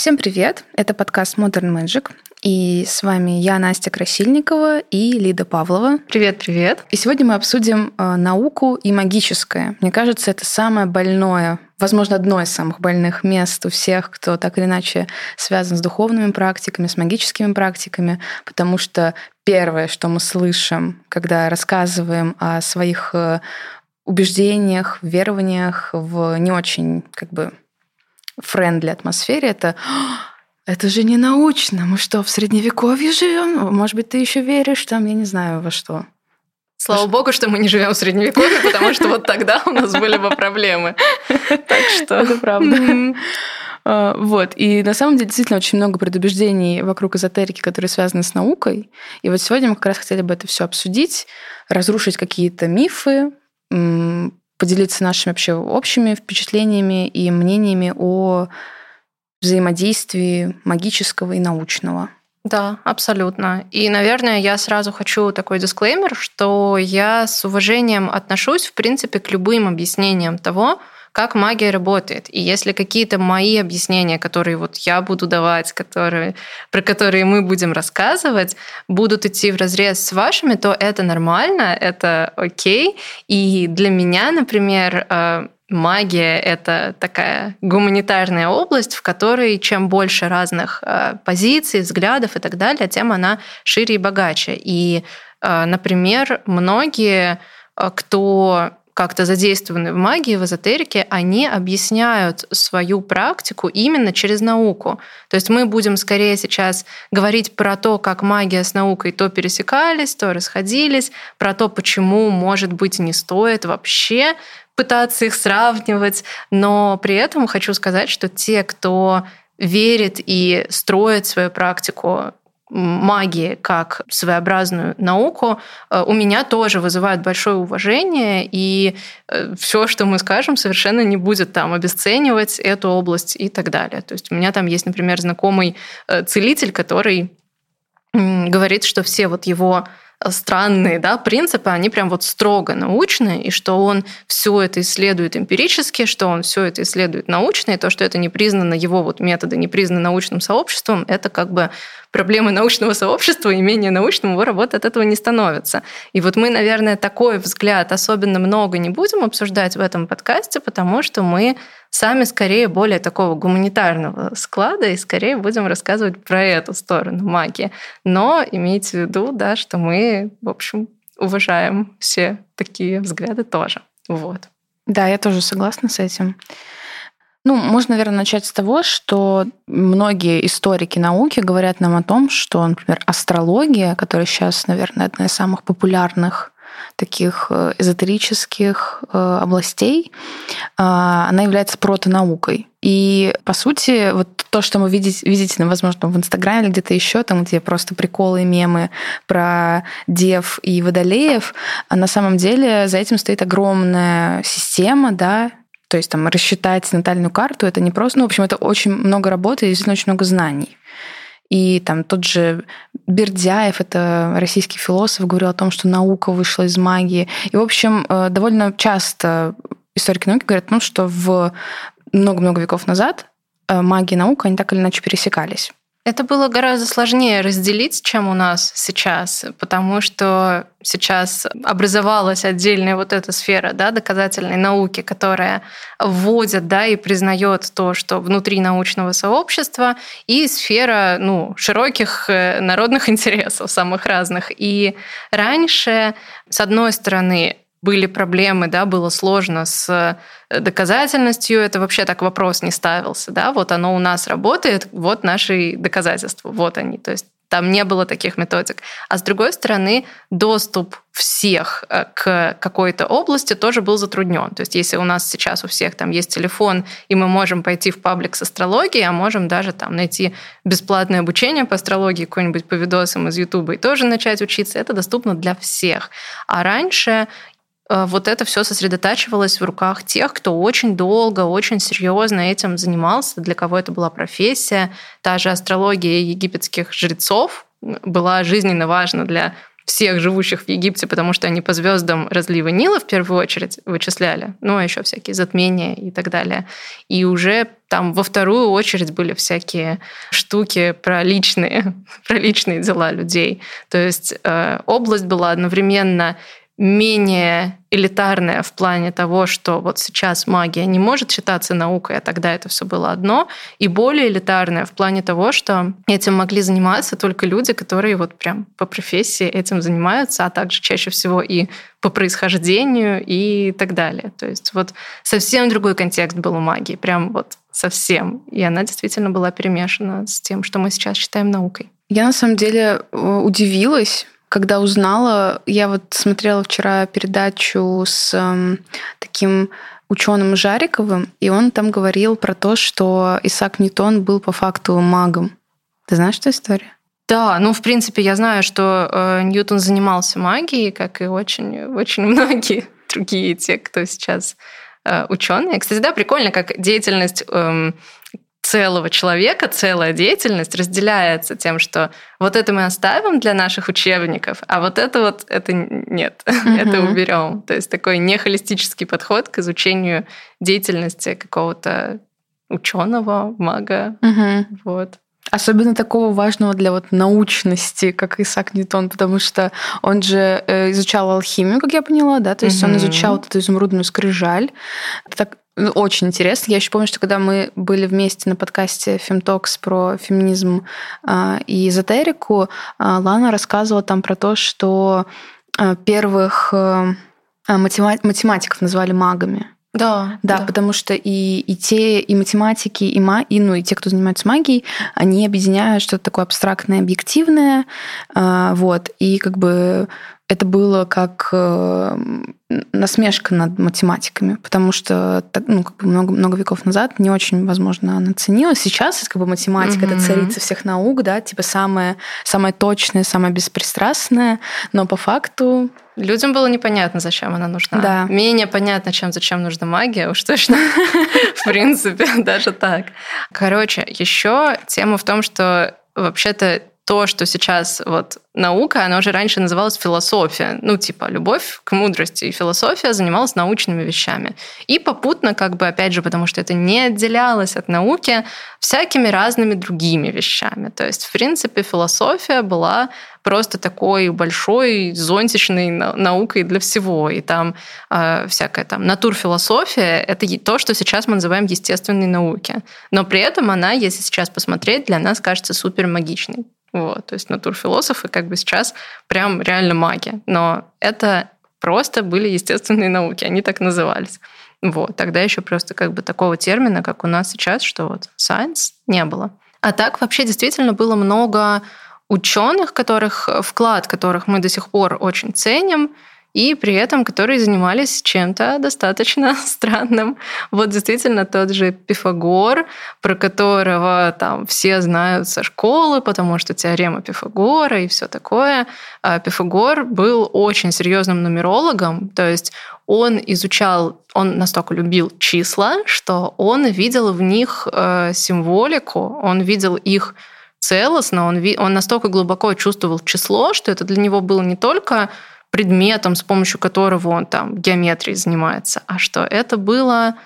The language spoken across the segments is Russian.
Всем привет! Это подкаст Modern Magic. И с вами я, Настя Красильникова и Лида Павлова. Привет-привет! И сегодня мы обсудим науку и магическое. Мне кажется, это самое больное, возможно, одно из самых больных мест у всех, кто так или иначе связан с духовными практиками, с магическими практиками, потому что первое, что мы слышим, когда рассказываем о своих убеждениях, верованиях в не очень френдли атмосфере, это же не научно. Мы что, в средневековье живем? Может быть, ты еще веришь там, я не знаю, во что. Слава богу, что мы не живем в средневековье, потому что вот тогда у нас были бы проблемы. Так что... Это правда. Вот. И на самом деле действительно очень много предубеждений вокруг эзотерики, которые связаны с наукой. И вот сегодня мы как раз хотели бы это все обсудить, разрушить какие-то мифы, поделиться нашими вообще общими впечатлениями и мнениями о взаимодействии магического и научного. Да, абсолютно. И, наверное, я сразу хочу такой дисклеймер, что я с уважением отношусь, в принципе, к любым объяснениям того, как магия работает. И если какие-то мои объяснения, которые вот я буду давать, про которые мы будем рассказывать, будут идти вразрез с вашими, то это нормально, это окей. И для меня, например, магия — это такая гуманитарная область, в которой чем больше разных позиций, взглядов и так далее, тем она шире и богаче. И, например, многие, кто как-то задействованы в магии, в эзотерике, они объясняют свою практику именно через науку. То есть мы будем скорее сейчас говорить про то, как магия с наукой то пересекались, то расходились, про то, почему, может быть, не стоит вообще пытаться их сравнивать. Но при этом хочу сказать, что те, кто верит и строит свою практику магии как своеобразную науку, у меня тоже вызывает большое уважение, и все, что мы скажем, совершенно не будет там обесценивать эту область и так далее. То есть у меня там есть, например, знакомый целитель, который говорит, что все вот его странные, принципы, они прям вот строго научные, и что он все это исследует эмпирически, что он все это исследует научно, и то, что это не признано, его вот методы не признаны научным сообществом, это как бы проблемы научного сообщества, и менее научным его работа от этого не становится. И вот мы, наверное, такой взгляд особенно много не будем обсуждать в этом подкасте, потому что мы сами скорее более такого гуманитарного склада и скорее будем рассказывать про эту сторону магии. Но имейте в виду, что мы, в общем, уважаем все такие взгляды тоже. Вот. Да, я тоже согласна с этим. Можно, наверное, начать с того, что многие историки науки говорят нам о том, что, например, астрология, которая сейчас, наверное, одна из самых популярных таких эзотерических областей, она является протонаукой. И, по сути, вот то, что вы видите, возможно, в Инстаграме или где-то еще, там, где просто приколы и мемы про дев и водолеев, а на самом деле за этим стоит огромная система, то есть там рассчитать натальную карту — это не просто... в общем, это очень много работы и действительно очень много знаний. И там тот же Бердяев, это российский философ, говорил о том, что наука вышла из магии. И, в общем, довольно часто историки науки говорят, что в много-много веков назад магия и наука, они так или иначе пересекались. Это было гораздо сложнее разделить, чем у нас сейчас, потому что сейчас образовалась отдельная вот эта сфера доказательной науки, которая вводит и признает то, что внутри научного сообщества, и сфера широких народных интересов, самых разных. И раньше, с одной стороны, были проблемы, было сложно с доказательностью, это вообще так вопрос не ставился, вот оно у нас работает, вот наши доказательства, вот они, то есть там не было таких методик. А с другой стороны, доступ всех к какой-то области тоже был затруднен. То есть если у нас сейчас у всех там есть телефон, и мы можем пойти в паблик с астрологией, а можем даже там найти бесплатное обучение по астрологии какой-нибудь по видосам из Ютуба и тоже начать учиться, это доступно для всех. А раньше вот это все сосредотачивалось в руках тех, кто очень долго, очень серьезно этим занимался, для кого это была профессия. Та же астрология египетских жрецов была жизненно важна для всех живущих в Египте, потому что они по звездам разлива Нила в первую очередь вычисляли, ну, а еще всякие затмения и так далее. И уже там во вторую очередь были всякие штуки про личные дела людей. То есть область была одновременно менее элитарная в плане того, что вот сейчас магия не может считаться наукой, а тогда это все было одно, и более элитарная в плане того, что этим могли заниматься только люди, которые вот прям по профессии этим занимаются, а также чаще всего и по происхождению и так далее. То есть вот совсем другой контекст был у магии, прям вот совсем. И она действительно была перемешана с тем, что мы сейчас считаем наукой. Я на самом деле удивилась, когда узнала. Я вот смотрела вчера передачу с таким ученым Жариковым, и он там говорил про то, что Исаак Ньютон был по факту магом. Ты знаешь эту историю? Да, ну, в принципе, я знаю, что Ньютон занимался магией, как и очень, очень многие другие те, кто сейчас ученые. Кстати, да, прикольно, как деятельность целого человека, целая деятельность разделяется тем, что вот это мы оставим для наших учебников, а вот это нет, это уберем. То есть такой нехолистический подход к изучению деятельности какого-то ученого, мага. Вот. Особенно такого важного для вот научности, как Исаак Ньютон, потому что он же изучал алхимию, как я поняла, да, то есть он изучал вот эту изумрудную скрижаль. Это так очень интересно. Я еще помню, что когда мы были вместе на подкасте FemTalks про феминизм и эзотерику, Лана рассказывала там про то, что первых математиков называли магами. Да, потому что и те, и математики, и те, кто занимается магией, они объединяют что-то такое абстрактное, объективное. Вот. И как бы это было как насмешка над математиками, потому что много веков назад не очень, возможно, она ценилась. Сейчас как бы математика это царица всех наук, да, типа самая точная, самая беспристрастная, но по факту людям было непонятно, зачем она нужна. Да. Менее понятно, зачем нужна магия, уж точно, в принципе, даже так. Короче, еще тема в том, что вообще-то то, что сейчас вот наука, она уже раньше называлась философия. Ну, типа, любовь к мудрости. И философия занималась научными вещами. И попутно, как бы, опять же, потому что это не отделялось от науки, всякими разными другими вещами. То есть, в принципе, философия была просто такой большой зонтичной наукой для всего. И там всякая там натурфилософия — это то, что сейчас мы называем естественной наукой. Но при этом она, если сейчас посмотреть, для нас кажется супер магичной. Вот, то есть натурфилософы как бы сейчас прям реально маги. Но это просто были естественные науки, они так назывались. Вот, тогда еще просто как бы такого термина, как у нас сейчас, что вот science, не было. А так вообще действительно было много ученых, вклад которых мы до сих пор очень ценим, и при этом которые занимались чем-то достаточно странным. Вот действительно тот же Пифагор, про которого там все знают со школы, потому что теорема Пифагора и все такое. Пифагор был очень серьезным нумерологом, то есть он настолько любил числа, что он видел в них символику, он видел их целостно, он настолько глубоко чувствовал число, что это для него было не только предметом, с помощью которого он там геометрией занимается, а что это было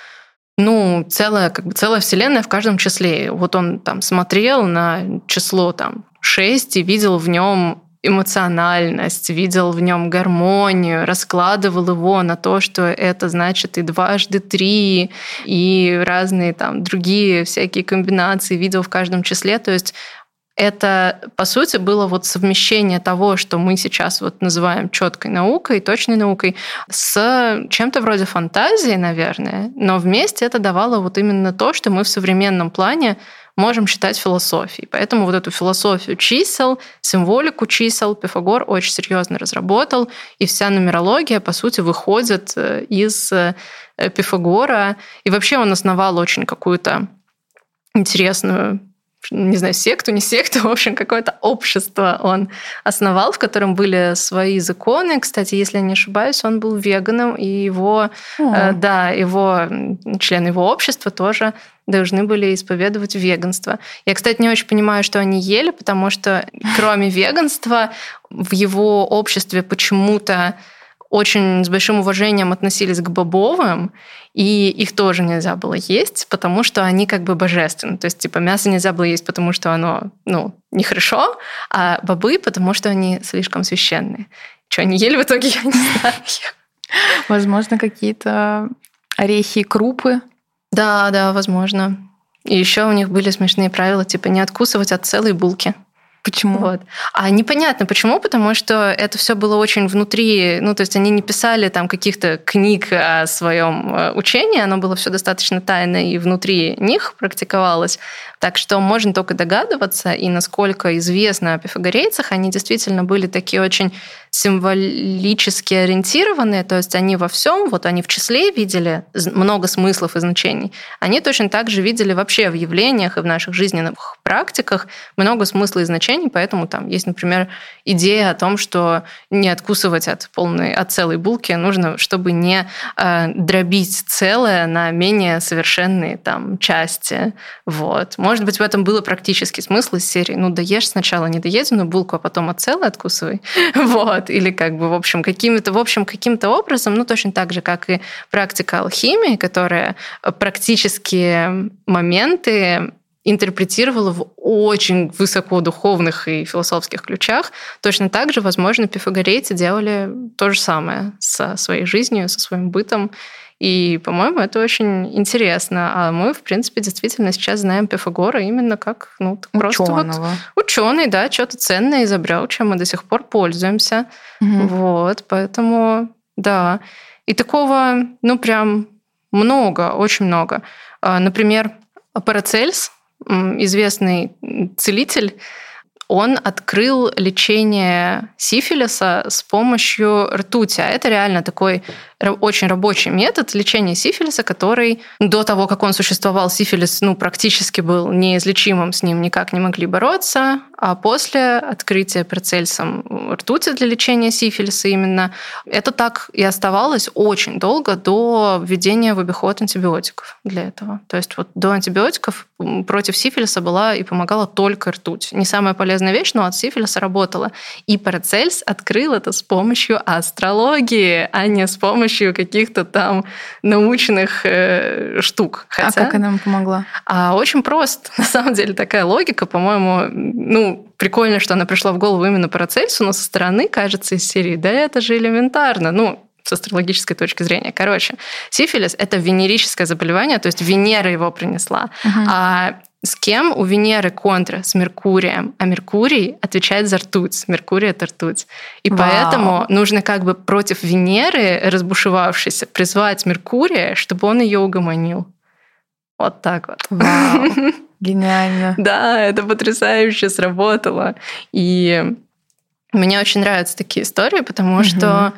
целая вселенная в каждом числе. Вот он там смотрел на число 6 и видел в нем эмоциональность, видел в нем гармонию, раскладывал его на то, что это значит и 2 × 3, и разные там другие всякие комбинации видел в каждом числе. То есть это, по сути, было вот совмещение того, что мы сейчас вот называем четкой наукой, точной наукой, с чем-то вроде фантазии, наверное, но вместе это давало вот именно то, что мы в современном плане можем считать философией. Поэтому вот эту философию чисел, символику чисел Пифагор очень серьезно разработал, и вся нумерология, по сути, выходит из Пифагора. И вообще он основал очень какую-то интересную не знаю, секту, не секту, в общем, какое-то общество он основал, в котором были свои законы. Кстати, если я не ошибаюсь, он был веганом, и его члены его общества тоже должны были исповедовать веганство. Я, кстати, не очень понимаю, что они ели, потому что кроме веганства в его обществе почему-то очень с большим уважением относились к бобовым, и их тоже нельзя было есть, потому что они как бы божественны. То есть, типа, мясо нельзя было есть, потому что оно, нехорошо, а бобы, потому что они слишком священные. Что они ели в итоге, я не знаю. Возможно, какие-то орехи и крупы. Да, возможно. И еще у них были смешные правила, типа не откусывать от целой булки. Почему? Вот. А непонятно почему, потому что это все было очень внутри, то есть они не писали там каких-то книг о своем учении, оно было все достаточно тайно и внутри них практиковалось. Так что можно только догадываться, и насколько известно о пифагорейцах, они действительно были такие очень символически ориентированные, то есть они во всем, вот они в числе видели много смыслов и значений, они точно так же видели вообще в явлениях и в наших жизненных практиках много смысла и значений, поэтому там есть, например, идея о том, что не откусывать от целой булки нужно, чтобы не дробить целое на менее совершенные там части. Вот. Может быть, в этом было практический смысл из серии доешь сначала недоеденную булку, а потом от целой откусывай. Вот. Или в общем, каким-то образом, точно так же, как и практика алхимии, которая практические моменты интерпретировала в очень высокодуховных и философских ключах. Точно так же, возможно, пифагорейцы делали то же самое со своей жизнью, со своим бытом. И, по-моему, это очень интересно. А мы, в принципе, действительно сейчас знаем Пифагора именно как просто ученый, да, что-то ценное изобрел, чем мы до сих пор пользуемся. Угу. Вот, поэтому, да. И такого, прям много, очень много. Например, Парацельс, известный целитель, он открыл лечение сифилиса с помощью ртути. А это реально такой очень рабочий метод лечения сифилиса, который до того, как он существовал, сифилис практически был неизлечимым, с ним никак не могли бороться. А после открытия Парацельсом ртути для лечения сифилиса именно, это так и оставалось очень долго до введения в обиход антибиотиков для этого. То есть вот до антибиотиков против сифилиса была и помогала только ртуть. Не самая полезная вещь, но от сифилиса работала. И Парацельс открыл это с помощью астрологии, а не с помощью каких-то там научных штук. А как она ему помогла? Очень просто. На самом деле такая логика, по-моему, прикольно, что она пришла в голову именно Парацельсу, но со стороны кажется из серии, да это же элементарно. С астрологической точки зрения. Короче, сифилис – это венерическое заболевание, то есть Венера его принесла. Угу. А с кем у Венеры контра? С Меркурием. А Меркурий отвечает за ртуть. Меркурий – это ртуть. И поэтому нужно против Венеры, разбушевавшейся, призвать Меркурия, чтобы он ее угомонил. Вот так вот. Вау. Гениально. Да, это потрясающе сработало. И мне очень нравятся такие истории, потому что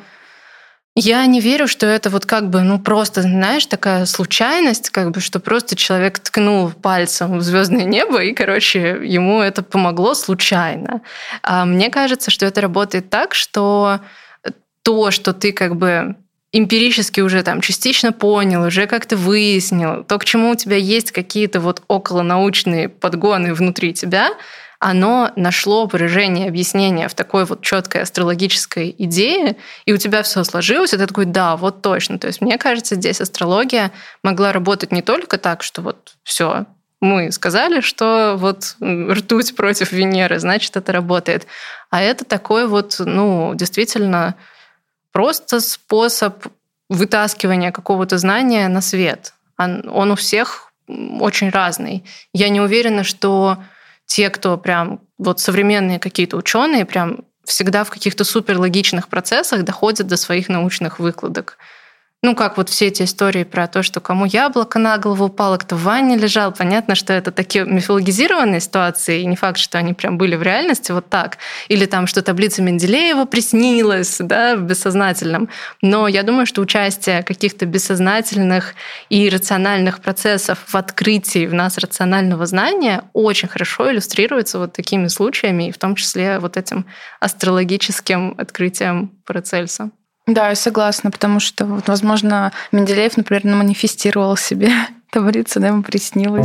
я не верю, что это просто, знаешь, такая случайность, что просто человек ткнул пальцем в звездное небо, и, ему это помогло случайно. А мне кажется, что это работает так, что то, что ты эмпирически уже частично понял, уже как-то выяснил, то, к чему у тебя есть какие-то околонаучные подгоны внутри тебя, оно нашло выражение, объяснение в такой четкой астрологической идее, и у тебя все сложилось, и ты такой, да, вот точно. То есть мне кажется, здесь астрология могла работать не только так, что все, мы сказали, что ртуть против Венеры, значит, это работает. А это такой действительно просто способ вытаскивания какого-то знания на свет. Он у всех очень разный. Я не уверена, что те, кто прям современные какие-то ученые, прям всегда в каких-то суперлогичных процессах доходят до своих научных выкладок. Ну, как вот все эти истории про то, что кому яблоко на голову упало, кто в ванне лежал. Понятно, что это такие мифологизированные ситуации, и не факт, что они прям были в реальности вот так. Или там, что таблица Менделеева приснилась, да, в бессознательном. Но я думаю, что участие каких-то бессознательных и рациональных процессов в открытии в нас рационального знания очень хорошо иллюстрируется вот такими случаями, и в том числе вот этим астрологическим открытием Парацельса. Да, я согласна, потому что, вот, возможно, Менделеев, например, манифестировал себе таблицу, да, ему приснилось.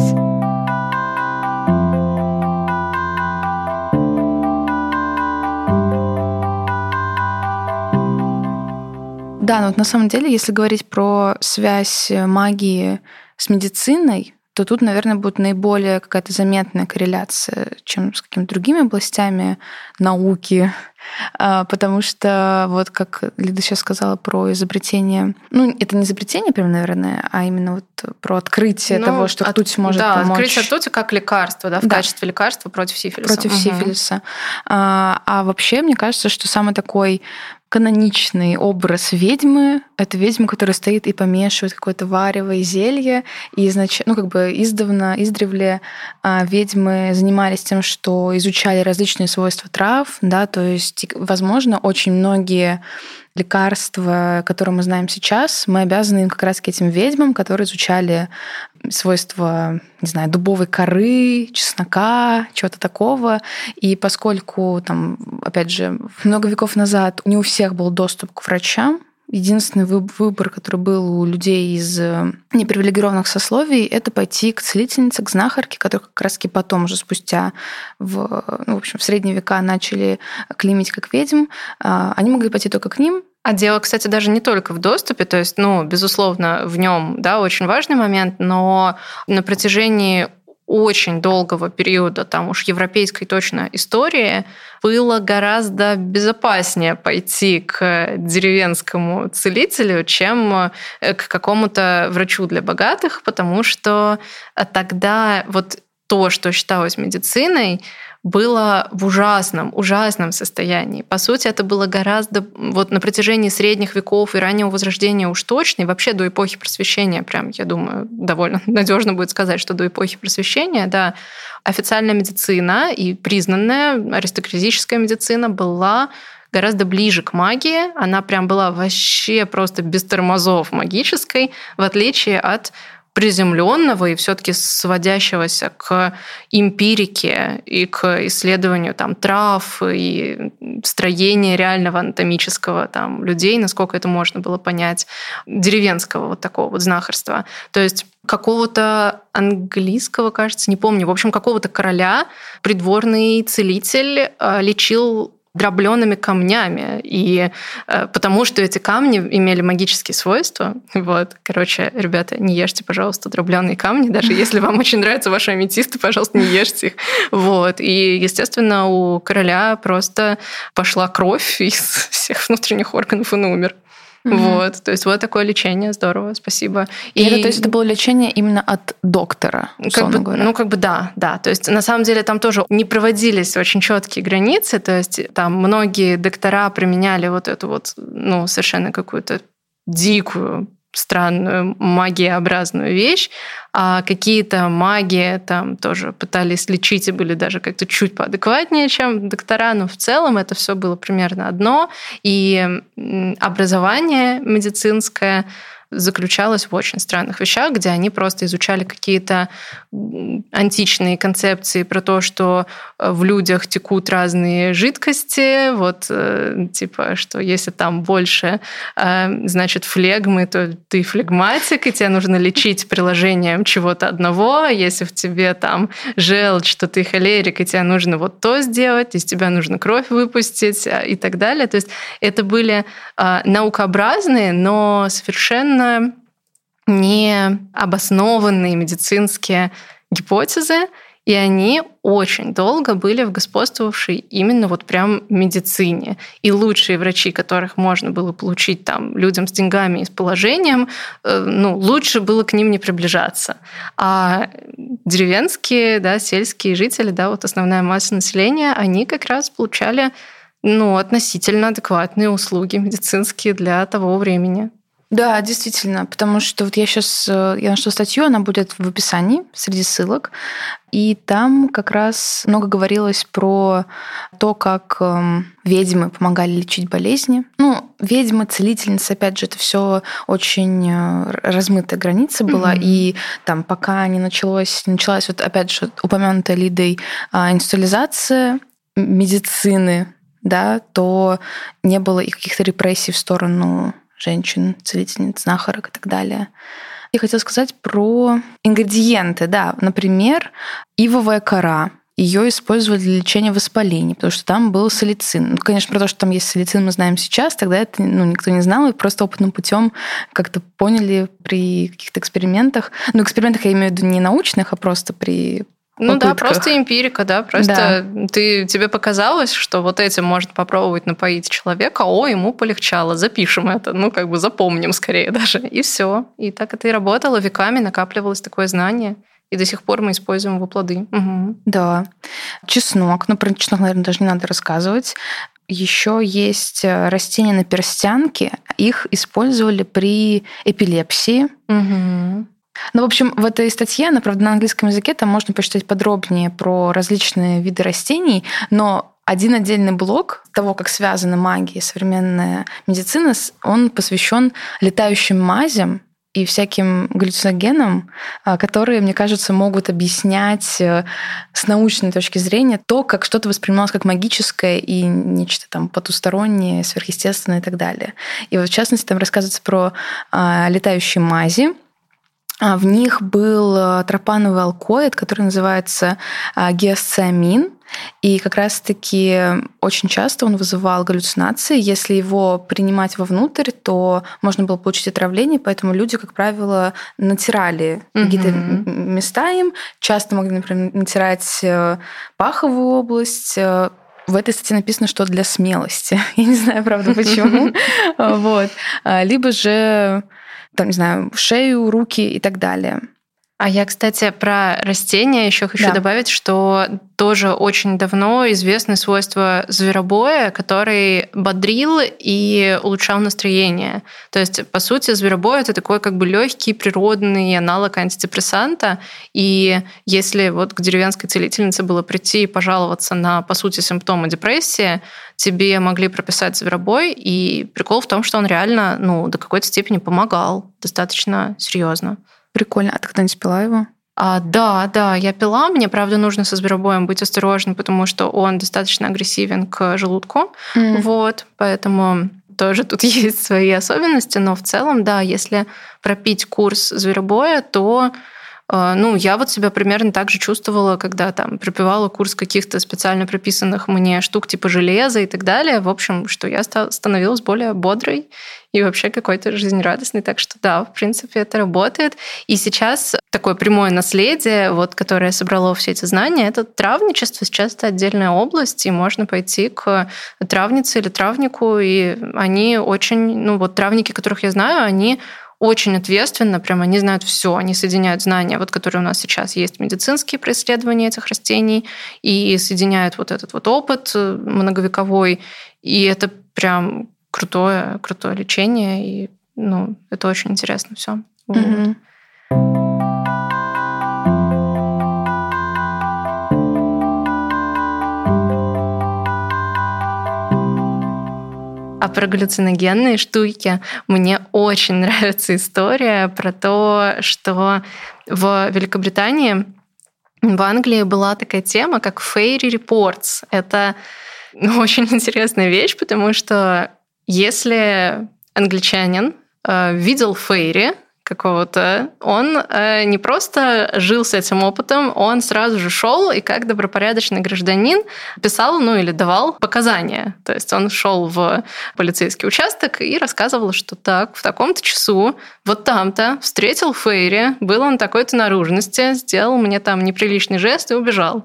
Да, но вот на самом деле, если говорить про связь магии с медициной, то тут, наверное, будет наиболее какая-то заметная корреляция, чем с какими-то другими областями науки, потому что вот как Лида сейчас сказала про изобретение, ну, это не изобретение прям, наверное, а именно вот про открытие того, что ртуть может помочь. Да, открытие ртути как лекарство, да, в качестве лекарства против сифилиса. Против сифилиса. А вообще, мне кажется, что самый такой каноничный образ ведьмы — это ведьма, которая стоит и помешивает какое-то варево и зелье. И, значит, ну, как бы издревле ведьмы занимались тем, что изучали различные свойства трав, да, то есть, возможно, очень многие лекарства, которые мы знаем сейчас, мы обязаны им как раз этим ведьмам, которые изучали свойства, не знаю, дубовой коры, чеснока, чего-то такого. И поскольку, там, опять же, много веков назад не у всех был доступ к врачам, единственный выбор, который был у людей из непривилегированных сословий, это пойти к целительнице, к знахарке, которые как раз потом уже спустя в средние века начали клеймить как ведьм. Они могли пойти только к ним. А дело, кстати, даже не только в доступе, то есть, безусловно, в нем, да, очень важный момент, но на протяжении очень долгого периода, там уж европейской точно истории, было гораздо безопаснее пойти к деревенскому целителю, чем к какому-то врачу для богатых, потому что тогда вот то, что считалось медициной, было в ужасном состоянии. По сути, это было гораздо вот на протяжении средних веков и раннего Возрождения уж точно, и вообще до эпохи Просвещения, прям, я думаю, довольно надежно будет сказать, что до эпохи Просвещения, да, официальная медицина и признанная аристократическая медицина была гораздо ближе к магии. Она прям была вообще просто без тормозов магической, в отличие от приземленного и все-таки сводящегося к эмпирике и к исследованию там, трав и строения реального анатомического там, людей, насколько это можно было понять, деревенского вот такого вот знахарства. То есть какого-то английского, кажется, не помню, в общем, какого-то короля придворный целитель лечил дроблеными камнями, и потому что эти камни имели магические свойства. Вот. Короче, ребята, не ешьте, пожалуйста, дробленые камни, даже если вам очень нравятся ваши аметисты, пожалуйста, не ешьте их. Вот. И, естественно, у короля просто пошла кровь из всех внутренних органов, и он умер. Вот, то есть вот такое лечение, здорово, спасибо. То есть это было лечение именно от доктора, условно говоря? Да. То есть на самом деле там тоже не проводились очень четкие границы, то есть там многие доктора применяли вот эту вот, совершенно какую-то дикую, странную магиеобразную вещь, а какие-то маги там тоже пытались лечить и были даже как-то чуть поадекватнее, чем доктора, но в целом это все было примерно одно. И образование медицинское заключалось в очень странных вещах, где они просто изучали какие-то античные концепции про то, что в людях текут разные жидкости, вот типа, что если там больше, значит, флегмы, то ты флегматик, и тебе нужно лечить приложением чего-то одного, а если в тебе там желчь, то ты холерик, и тебе нужно вот то сделать, из тебя нужно кровь выпустить и так далее. То есть это были наукообразные, но совершенно не обоснованные медицинские гипотезы, и они очень долго были в господствовавшей именно вот прям медицине. И лучшие врачи, которых можно было получить там людям с деньгами и с положением, лучше было к ним не приближаться. А деревенские, да, сельские жители, да, вот основная масса населения, они как раз получали относительно адекватные услуги медицинские для того времени. Да, действительно, потому что вот я нашла статью, она будет в описании среди ссылок, и там как раз много говорилось про то, как ведьмы помогали лечить болезни. Ведьмы, целительницы, опять же, это все очень размытая граница была, и там пока не началась вот опять же упомянутая Лидой индустриализация медицины, да, то не было и каких-то репрессий в сторону женщин, целительниц, знахарок и так далее. Я хотела сказать про ингредиенты. Да, например, ивовая кора. Ее использовали для лечения воспалений, потому что там был салицин. Конечно, про то, что там есть салицин, мы знаем сейчас, тогда это никто не знал, и просто опытным путем как-то поняли при каких-то экспериментах. Экспериментах я имею в виду не научных, а просто при попытках. Просто эмпирика, да, просто тебе показалось, что вот этим можно попробовать напоить человека, ему полегчало, запишем это, запомним скорее даже, и все. И так это и работало, веками накапливалось такое знание, и до сих пор мы используем его плоды. Угу. Да. Чеснок, про чеснок, наверное, даже не надо рассказывать. Еще есть растения наперстянки, их использовали при эпилепсии. Угу. В общем, в этой статье, она, правда, на английском языке, там можно почитать подробнее про различные виды растений, но один отдельный блок того, как связана магия и современная медицина, он посвящен летающим мазям и всяким галлюциногенам, которые, мне кажется, могут объяснять с научной точки зрения то, как что-то воспринималось как магическое и нечто там потустороннее, сверхъестественное и так далее. И вот, в частности, там рассказывается про летающие мази. В них был тропановый алкоид, который называется гиасциамин, и как раз-таки очень часто он вызывал галлюцинации. Если его принимать вовнутрь, то можно было получить отравление, поэтому люди, как правило, натирали какие-то места им. Часто могли, например, натирать паховую область. В этой статье написано, что для смелости. Я не знаю, правда, почему. Либо же шею, руки и так далее. А я, кстати, про растения еще хочу добавить, что тоже очень давно известны свойства зверобоя, который бодрил и улучшал настроение. То есть, по сути, зверобой — это такой легкий природный аналог антидепрессанта. И если вот к деревенской целительнице было прийти и пожаловаться на, по сути, симптомы депрессии, тебе могли прописать зверобой, и прикол в том, что он реально до какой-то степени помогал достаточно серьезно. Прикольно. А ты когда-нибудь пила его? Да, я пила. Мне, правда, нужно со зверобоем быть осторожным, потому что он достаточно агрессивен к желудку. Поэтому тоже тут есть свои особенности. Но в целом, да, если пропить курс зверобоя, то я вот себя примерно так же чувствовала, когда там пропивала курс каких-то специально прописанных мне штук типа железа и так далее. В общем, что я становилась более бодрой и вообще какой-то жизнерадостной. Так что да, в принципе, это работает. И сейчас такое прямое наследие, которое собрало все эти знания, это травничество. Сейчас это отдельная область, и можно пойти к травнице или травнику, и они очень... травники, которых я знаю, они очень ответственно, прям они знают все, они соединяют знания, которые у нас сейчас есть, медицинские про исследования этих растений, и соединяют этот опыт многовековой, и это прям крутое лечение, и это очень интересно все. Mm-hmm. А про галлюциногенные штуки мне очень нравится история про то, что в Великобритании, в Англии была такая тема, как Fairy Reports. Это очень интересная вещь, потому что если англичанин видел фейри какого-то, он не просто жил с этим опытом, он сразу же шел и как добропорядочный гражданин писал, или давал показания. То есть он шел в полицейский участок и рассказывал, что так, в таком-то часу, вот там-то встретил фейри, был он такой-то наружности, сделал мне там неприличный жест и убежал.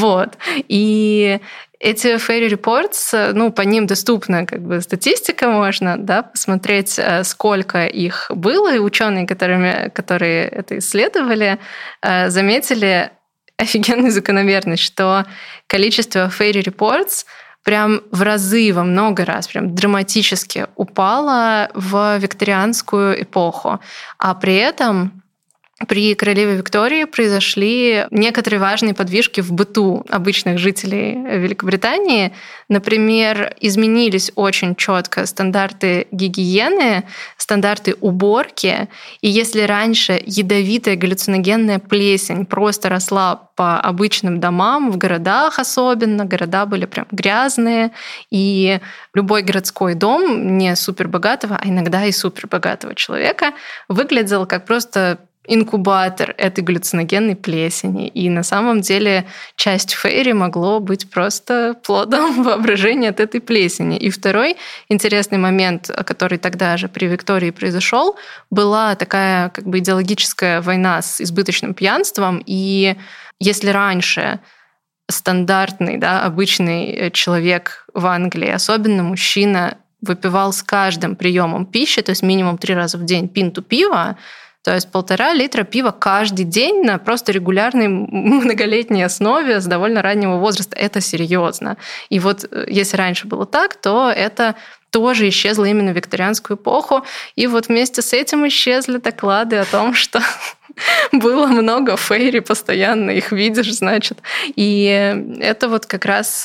И эти Fairy Reports, по ним доступна статистика, можно посмотреть, сколько их было, и ученые, которые это исследовали, заметили офигенную закономерность, что количество Fairy Reports прям в разы, во много раз, прям драматически упала в викторианскую эпоху. А при этом при королеве Виктории произошли некоторые важные подвижки в быту обычных жителей Великобритании. Например, изменились очень четко стандарты гигиены, стандарты уборки. И если раньше ядовитая галлюциногенная плесень просто росла по обычным домам, в городах особенно, города были прям грязные, и любой городской дом не супербогатого, а иногда и супербогатого человека выглядел как просто инкубатор этой галлюциногенной плесени. И на самом деле часть фейри могло быть просто плодом воображения от этой плесени. И второй интересный момент, который тогда же при Виктории произошел, была такая как бы идеологическая война с избыточным пьянством. И если раньше стандартный, обычный человек в Англии, особенно мужчина, выпивал с каждым приемом пищи, то есть минимум 3 раза в день пинту пива, то есть 1,5 литра пива каждый день на просто регулярной многолетней основе с довольно раннего возраста. Это серьезно. И вот если раньше было так, то это тоже исчезло именно в викторианскую эпоху. И вот вместе с этим исчезли доклады о том, что было много фейри, постоянно их видишь, значит. И это вот как раз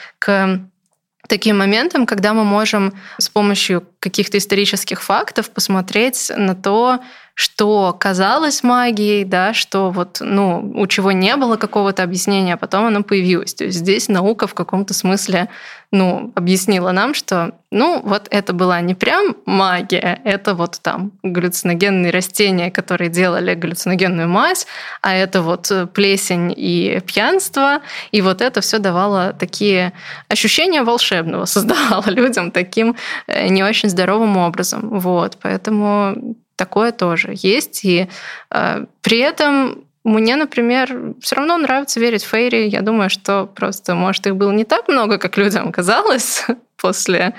к таким моментам, когда мы можем с помощью каких-то исторических фактов посмотреть на то, что казалось магией, что вот, у чего не было какого-то объяснения, а потом оно появилось. То есть здесь наука в каком-то смысле объяснила нам, что вот это была не прям магия, это вот там галлюциногенные растения, которые делали галлюциногенную мазь, а это вот плесень и пьянство, и вот это все давало такие ощущения волшебного, создавало людям таким не очень здоровым образом. Вот, поэтому такое тоже есть. И при этом мне, например, все равно нравится верить в фейри. Я думаю, что просто, может, их было не так много, как людям казалось после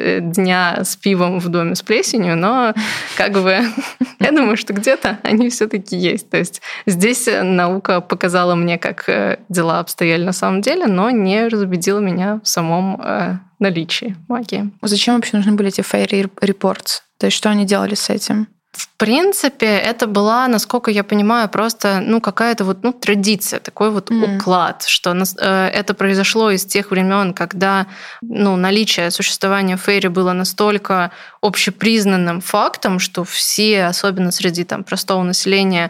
дня с пивом в доме с плесенью, но как бы я думаю, что где-то они все-таки есть. То есть здесь наука показала мне, как дела обстояли на самом деле, но не разубедила меня в самом наличии магии. Зачем вообще нужны были эти фейри reports? То есть что они делали с этим? В принципе, это была, насколько я понимаю, просто какая-то традиция, такой уклад, что это произошло из тех времен, когда наличие существования фейри было настолько общепризнанным фактом, что все, особенно среди простого населения,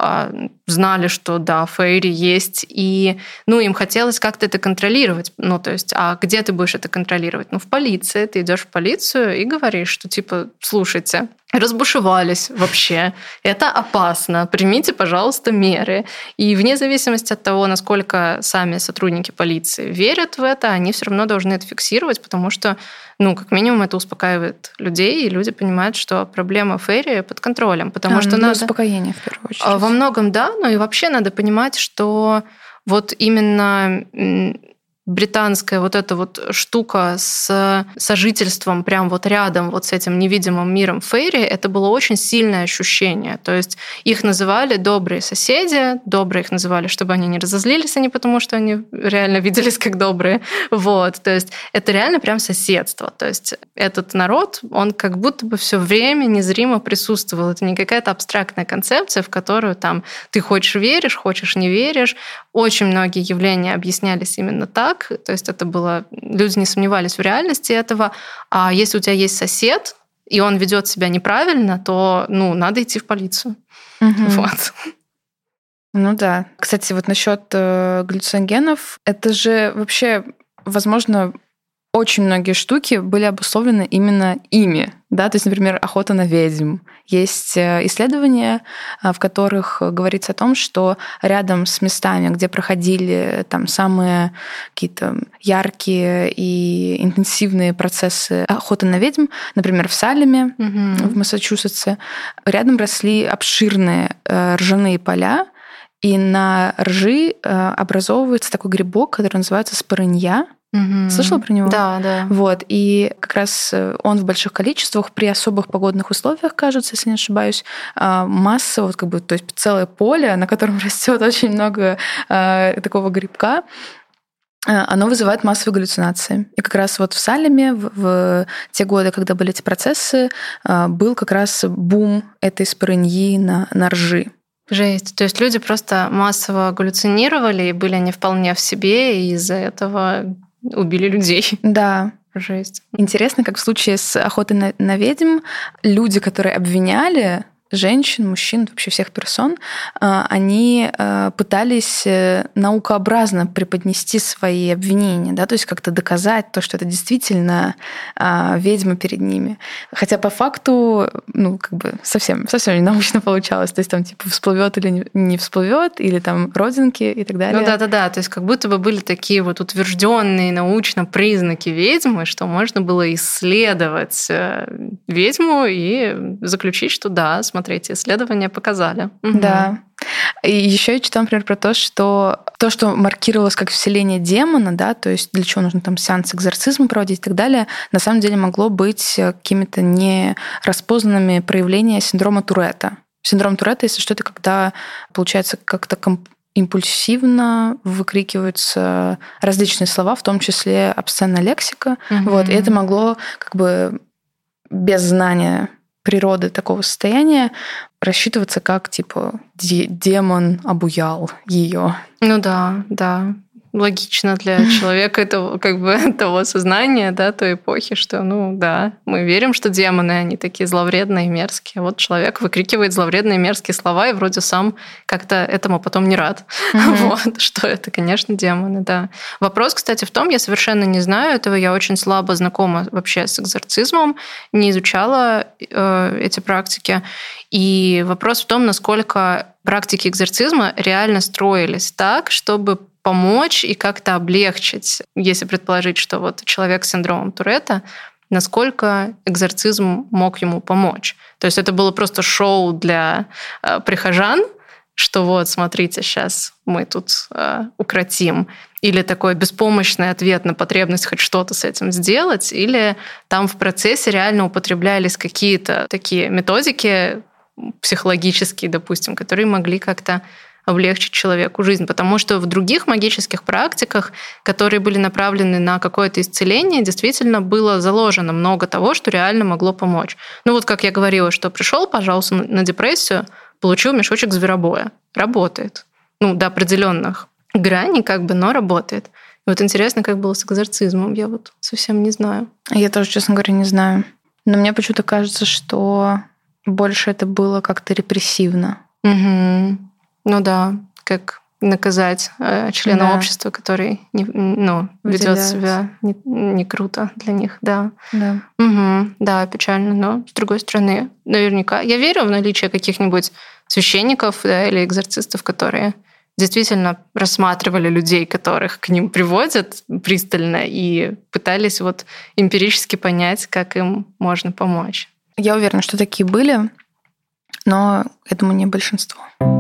знали, что да, фейри есть, и им хотелось как-то это контролировать. То есть, а где ты будешь это контролировать? В полиции. Ты идешь в полицию и говоришь, что слушайте, разбушевались вообще, это опасно, примите, пожалуйста, меры. И вне зависимости от того, насколько сами сотрудники полиции верят в это, они все равно должны это фиксировать, потому что, как минимум, это успокаивает людей, и люди понимают, что проблема фейри под контролем. Потому что надо успокоение, в первую очередь. Во многом, да, но и вообще надо понимать, что вот именно британская вот эта вот штука с сожительством прям вот рядом вот с этим невидимым миром фейри, это было очень сильное ощущение. То есть их называли добрые соседи, добрые их называли, чтобы они не разозлились, а не потому, что они реально виделись как добрые. Вот. То есть это реально прям соседство. То есть этот народ, он как будто бы все время незримо присутствовал. Это не какая-то абстрактная концепция, в которую там ты хочешь веришь, хочешь не веришь. Очень многие явления объяснялись именно так. То есть это было... Люди не сомневались в реальности этого. А если у тебя есть сосед, и он ведет себя неправильно, то надо идти в полицию. Вот. Да. Кстати, вот насчет галлюциногенов, это же вообще, возможно, очень многие штуки были обусловлены именно ими. Да? То есть, например, охота на ведьм. Есть исследования, в которых говорится о том, что рядом с местами, где проходили там самые какие-то яркие и интенсивные процессы охоты на ведьм, например, в Салеме, в Массачусетсе, рядом росли обширные ржаные поля, и на ржи образовывается такой грибок, который называется спорынья. Слышала про него? Да, да. Вот. И как раз он в больших количествах при особых погодных условиях, кажется, если не ошибаюсь, масса, то есть целое поле, на котором растет очень много такого грибка, оно вызывает массовые галлюцинации. И как раз вот в Салеме в те годы, когда были эти процессы, был как раз бум этой спорыньи на ржи. Жесть. То есть люди просто массово галлюцинировали, и были они вполне в себе, и из-за этого убили людей. Да. Жесть. Интересно, как в случае с охотой на ведьм, люди, которые обвиняли женщин, мужчин, вообще всех персон, они пытались наукообразно преподнести свои обвинения, да, то есть как-то доказать то, что это действительно ведьма перед ними. Хотя по факту, как бы совсем не научно получалось. То есть там типа всплывет или не всплывет, или там родинки и так далее. Ну да. То есть как будто бы были такие вот утвержденные научно признаки ведьмы, что можно было исследовать ведьму и заключить, что да, смотрите, исследования показали. Да. И еще я читала, например, про то, что маркировалось как вселение демона, да, то есть для чего нужно там сеанс экзорцизма проводить и так далее, на самом деле могло быть какими-то нераспознанными проявлениями синдрома Туретта. Синдром Туретта, если что, это когда, получается, как-то импульсивно выкрикиваются различные слова, в том числе обсценная лексика. Вот, и это могло как бы без знания природы такого состояния рассчитываться как, типа, демон обуял ее. Ну да. Логично для человека этого, как бы, того сознания, да, той эпохи, что, мы верим, что демоны, они такие зловредные и мерзкие. Вот человек выкрикивает зловредные и мерзкие слова и вроде сам как-то этому потом не рад. Вот, что это, конечно, демоны, да. Вопрос, кстати, в том, я совершенно не знаю этого, я очень слабо знакома вообще с экзорцизмом, не изучала эти практики. И вопрос в том, насколько практики экзорцизма реально строились так, чтобы помочь и как-то облегчить, если предположить, что вот человек с синдромом Туретта, насколько экзорцизм мог ему помочь. То есть это было просто шоу для прихожан, что вот, смотрите, сейчас мы тут укротим. Или такой беспомощный ответ на потребность хоть что-то с этим сделать, или там в процессе реально употреблялись какие-то такие методики психологические, допустим, которые могли как-то облегчить человеку жизнь. Потому что в других магических практиках, которые были направлены на какое-то исцеление, действительно было заложено много того, что реально могло помочь. Вот как я говорила, что пришел, пожалуйста, на депрессию, получил мешочек зверобоя. Работает. До определенных граней, но работает. И вот интересно, как было с экзорцизмом. Я вот совсем не знаю. Я тоже, честно говоря, не знаю. Но мне почему-то кажется, что больше это было как-то репрессивно. Ну да, как наказать члена общества, который ведет себя не круто для них, да. Да, печально, но с другой стороны, наверняка. Я верю в наличие каких-нибудь священников, да, или экзорцистов, которые действительно рассматривали людей, которых к ним приводят пристально, и пытались вот эмпирически понять, как им можно помочь. Я уверена, что такие были, но, я думаю, не большинство.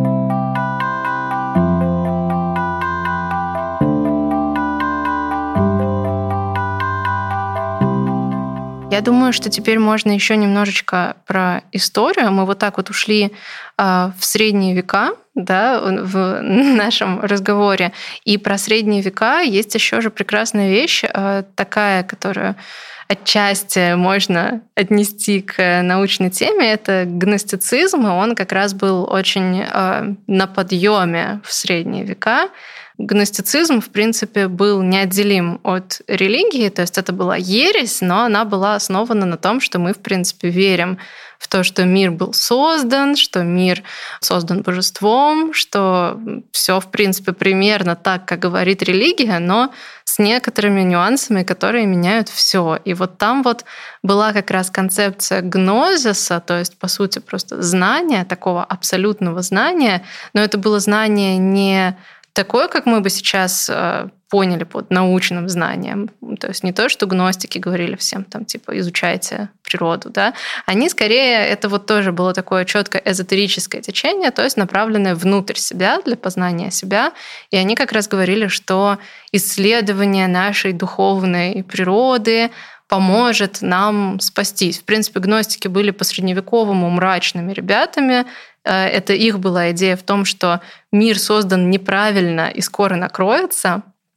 Я думаю, что теперь можно еще немножечко про историю. Мы вот так вот ушли в средние века, да, в нашем разговоре. И про средние века есть еще же прекрасная вещь, такая, которую отчасти можно отнести к научной теме. Это гностицизм, и он как раз был очень на подъеме в средние века. Гностицизм, в принципе, был неотделим от религии, то есть это была ересь, но она была основана на том, что мы, в принципе, верим в то, что мир был создан, что мир создан божеством, что все, в принципе, примерно так, как говорит религия, но с некоторыми нюансами, которые меняют все. И вот там вот была как раз концепция гнозиса, то есть, по сути, просто знания, такого абсолютного знания, но это было знание не такое, как мы бы сейчас поняли под научным знанием. То есть не то, что гностики говорили всем, там, типа, изучайте природу, да. Они скорее, это вот тоже было такое четко эзотерическое течение, то есть направленное внутрь себя, для познания себя. И они как раз говорили, что исследование нашей духовной природы поможет нам спастись. В принципе, гностики были по-средневековому мрачными ребятами. Это их была идея в том, что мир создан неправильно и скоро накроется.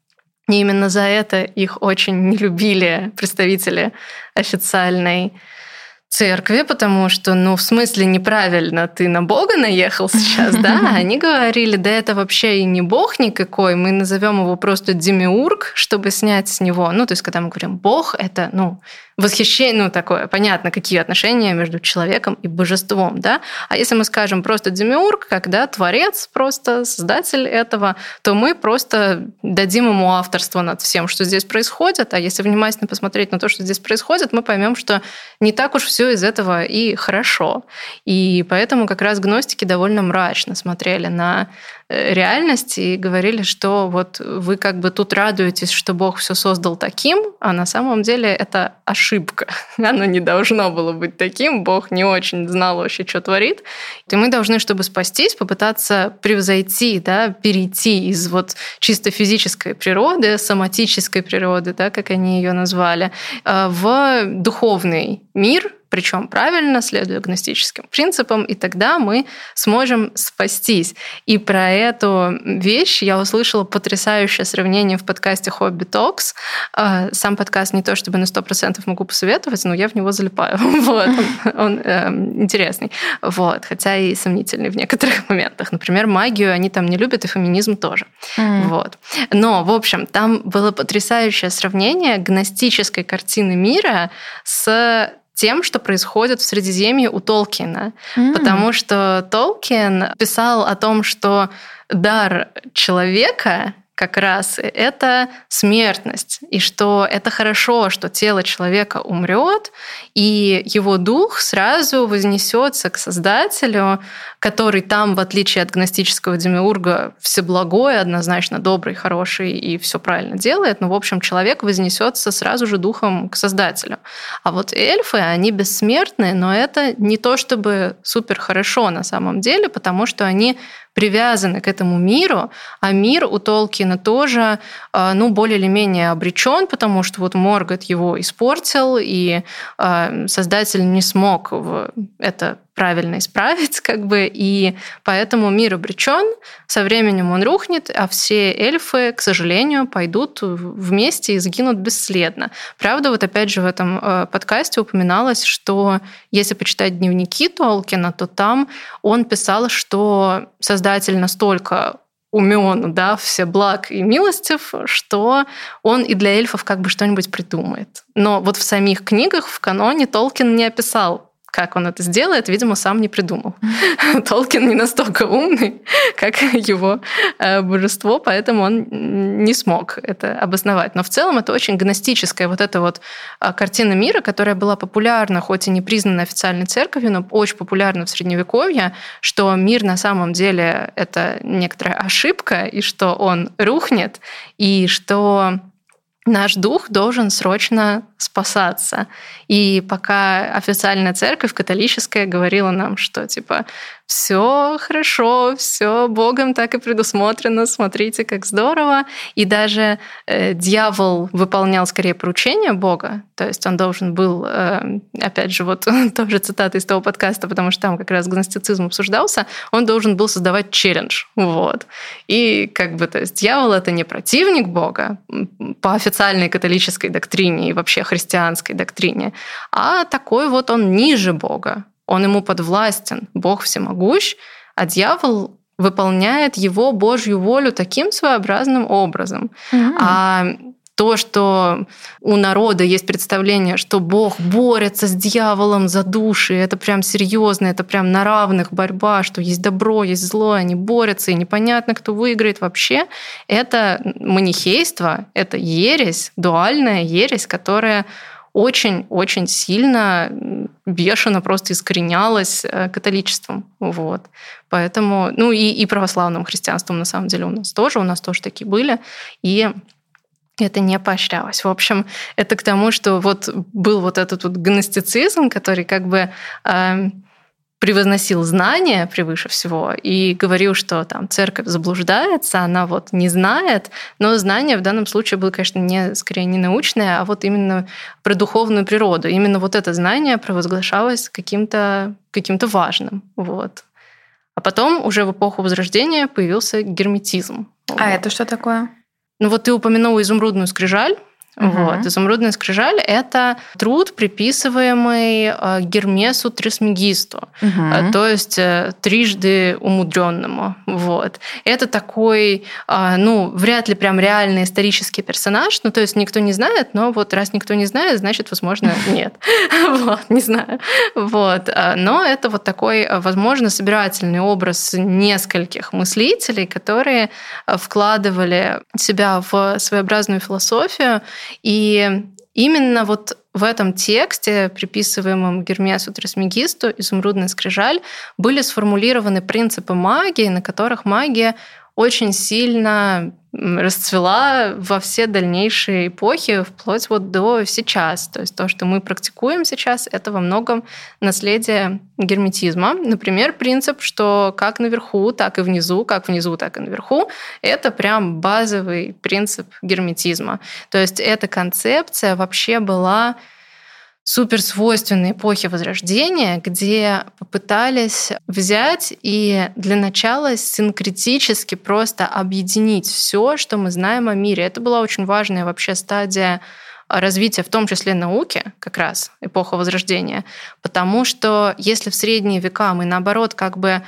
И именно за это их очень не любили представители официальной церкви, потому что, в смысле, неправильно ты на Бога наехал сейчас, да? Они говорили, да это вообще и не Бог никакой, мы назовем его просто демиург, чтобы снять с него. То есть, когда мы говорим Бог, это, восхищение, такое, понятно, какие отношения между человеком и божеством, да? А если мы скажем просто демиург, когда творец, просто создатель этого, то мы просто дадим ему авторство над всем, что здесь происходит, а если внимательно посмотреть на то, что здесь происходит, мы поймем, что не так уж все из этого и хорошо. И поэтому как раз гностики довольно мрачно смотрели на реальность и говорили, что вот вы как бы тут радуетесь, что Бог все создал таким, а на самом деле это ошибка. Оно не должно было быть таким. Бог не очень знал вообще, что творит. И мы должны, чтобы спастись, попытаться превзойти, да, перейти из вот чисто физической природы, соматической природы, да, как они ее назвали, в духовный мир, причем правильно, следуя гностическим принципам, и тогда мы сможем спастись. И про эту вещь я услышала потрясающее сравнение в подкасте Hobby Talks. Сам подкаст не то чтобы на 100% могу посоветовать, но я в него залипаю. Вот. Он интересный. Вот. Хотя и сомнительный в некоторых моментах. Например, магию они там не любят, и феминизм тоже. Вот. Но, в общем, там было потрясающее сравнение гностической картины мира с тем, что происходит в Средиземье у Толкиена. Потому что Толкиен писал о том, что дар человека как раз это смертность, и что это хорошо, что тело человека умрет, и его дух сразу вознесется к Создателю, который там, в отличие от гностического демиурга, всеблагой, однозначно добрый, хороший и все правильно делает. Но, в общем, человек вознесется сразу же духом к Создателю. А вот эльфы, они бессмертные, но это не то чтобы супер хорошо на самом деле, потому что они привязаны к этому миру, а мир у Толкиена тоже, более или менее обречен, потому что вот Моргот его испортил, и Создатель не смог это правильно исправить, и поэтому мир обречен, со временем он рухнет, а все эльфы, к сожалению, пойдут вместе и сгинут бесследно. Правда, вот опять же в этом подкасте упоминалось, что если почитать дневники Толкина, то там он писал, что Создатель настолько умен, да, всеблаг и милостив, что он и для эльфов как бы что-нибудь придумает. Но вот в самих книгах, в каноне Толкин не описал, как он это сделает, видимо, сам не придумал. Толкин не настолько умный, как его божество, поэтому он не смог это обосновать. Но в целом это очень гностическая вот эта вот картина мира, которая была популярна, хоть и не признана официальной церковью, но очень популярна в Средневековье, что мир на самом деле это некоторая ошибка, и что он рухнет, и что наш дух должен срочно спасаться. И пока официальная церковь католическая говорила нам, что типа все хорошо, все Богом так и предусмотрено, смотрите, как здорово. И даже дьявол выполнял скорее поручение Бога, то есть он должен был, опять же, вот тоже цитата из того подкаста, потому что там как раз гностицизм обсуждался, он должен был создавать челлендж. Вот. И то есть дьявол — это не противник Бога по официальной католической доктрине и вообще христианской доктрине, а такой вот он ниже Бога. Он ему подвластен, Бог всемогущ, а дьявол выполняет его Божью волю таким своеобразным образом. А то, что у народа есть представление, что Бог борется с дьяволом за души, это прям серьезно, это прям на равных борьба, что есть добро, есть зло, они борются, и непонятно, кто выиграет вообще, это манихейство, это ересь, дуальная ересь, которая очень-очень сильно, бешено просто искоренялась католичеством. Вот. Поэтому, и православным христианством на самом деле у нас тоже такие были, и это не поощрялось. В общем, это к тому, что вот был вот этот вот гностицизм, который превозносил знания превыше всего и говорил, что там церковь заблуждается, она вот не знает, но знание в данном случае было, конечно, скорее не научное, а вот именно про духовную природу. Именно вот это знание провозглашалось каким-то важным. Вот. А потом уже в эпоху Возрождения появился герметизм. А это что такое? Ну вот ты упомянула изумрудную скрижаль. Вот. Изумрудная скрижаль — это труд, приписываемый Гермесу Трисмегисту, то есть трижды умудренному. Вот. Это такой, вряд ли прям реальный исторический персонаж, то есть никто не знает, но вот раз никто не знает, значит, возможно, нет. Вот, не знаю. Вот. Но это вот такой, возможно, собирательный образ нескольких мыслителей, которые вкладывали себя в своеобразную философию. И именно вот в этом тексте, приписываемом Гермесу Трисмегисту, «Изумрудная скрижаль», были сформулированы принципы магии, на которых магия очень сильно расцвела во все дальнейшие эпохи, вплоть вот до сейчас. То есть то, что мы практикуем сейчас, это во многом наследие герметизма. Например, принцип, что как наверху, так и внизу, как внизу, так и наверху, это прям базовый принцип герметизма. То есть эта концепция вообще была суперсвойственной эпохе Возрождения, где попытались взять и для начала синкретически просто объединить все, что мы знаем о мире. Это была очень важная вообще стадия развития, в том числе науки, как раз эпоха Возрождения, потому что если в средние века мы, наоборот, как бы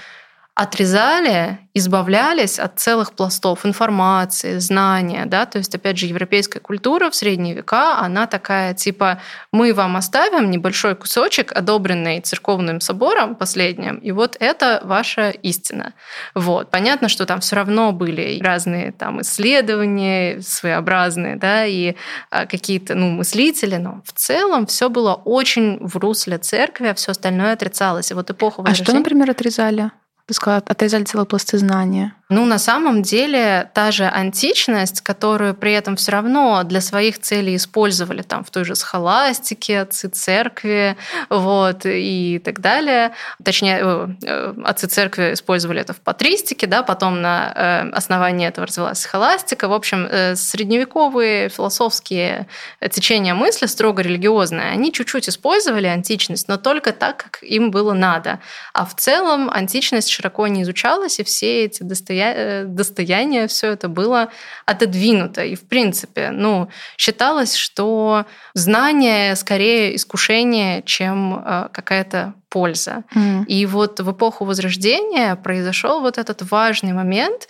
отрезали, избавлялись от целых пластов информации, знания, да, то есть, опять же, европейская культура в средние века, она такая, типа, мы вам оставим небольшой кусочек, одобренный церковным собором последним, и вот это ваша истина. Вот. Понятно, что там все равно были разные там исследования своеобразные, да, и какие-то, мыслители, но в целом все было очень в русле церкви, а все остальное отрицалось. И вот эпоха Возрождения... А что, например, отрезали? Ты сказала, отрезали целые пласты знания. На самом деле, та же античность, которую при этом все равно для своих целей использовали там в той же схоластике, отцы церкви, вот, и так далее. Точнее, отцы церкви использовали это в патристике, да, потом на основании этого развилась схоластика. В общем, средневековые философские течения мысли, строго религиозные, они чуть-чуть использовали античность, но только так, как им было надо. А в целом античность широко не изучалась, и все эти достояния, все это было отодвинуто. И, в принципе, считалось, что знание скорее искушение, чем какая-то польза. И вот в эпоху Возрождения произошел вот этот важный момент,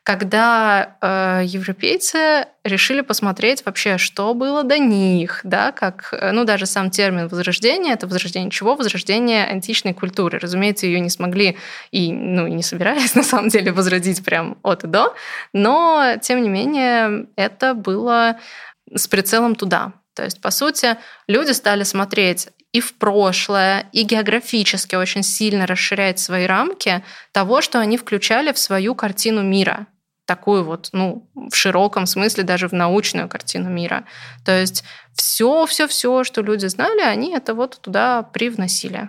когда европейцы решили посмотреть вообще, что было до них, да, как, даже сам термин «возрождение» — это возрождение чего? Возрождение античной культуры. Разумеется, ее не смогли и не собирались, на самом деле, возродить прям от и до, но, тем не менее, это было с прицелом туда. То есть, по сути, люди стали смотреть и в прошлое, и географически очень сильно расширять свои рамки того, что они включали в свою картину мира. Такую вот, в широком смысле, даже в научную картину мира. То есть все, что люди знали, они это вот туда привносили.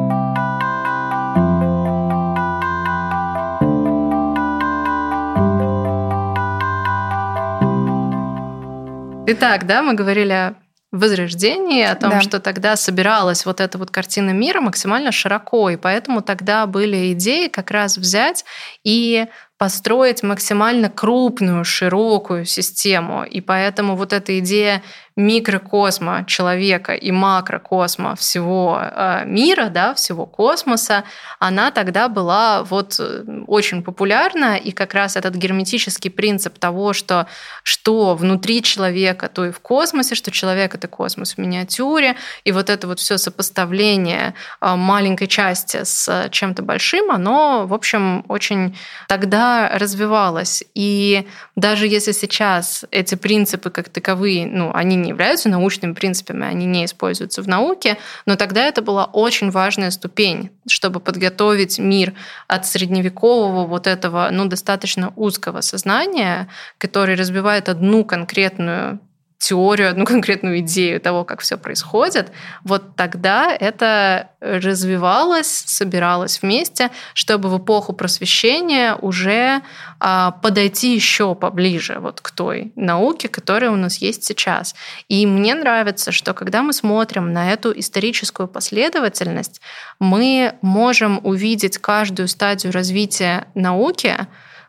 Итак, да, мы говорили о Возрождении, о том, что тогда собиралась вот эта вот картина мира максимально широко, и поэтому тогда были идеи как раз взять и построить максимально крупную, широкую систему. И поэтому вот эта идея микрокосма человека и макрокосма всего мира, да, всего космоса, она тогда была вот очень популярна. И как раз этот герметический принцип того, что внутри человека, то и в космосе, что человек — это космос в миниатюре, и вот это вот все сопоставление маленькой части с чем-то большим, оно, в общем, очень тогда развивалось. И даже если сейчас эти принципы как таковые, они не являются научными принципами, они не используются в науке, но тогда это была очень важная ступень, чтобы подготовить мир от средневекового вот этого, достаточно узкого сознания, который разбивает одну конкретную теорию, одну конкретную идею того, как все происходит, вот тогда это развивалось, собиралось вместе, чтобы в эпоху просвещения уже подойти еще поближе вот к той науке, которая у нас есть сейчас. И мне нравится, что когда мы смотрим на эту историческую последовательность, мы можем увидеть каждую стадию развития науки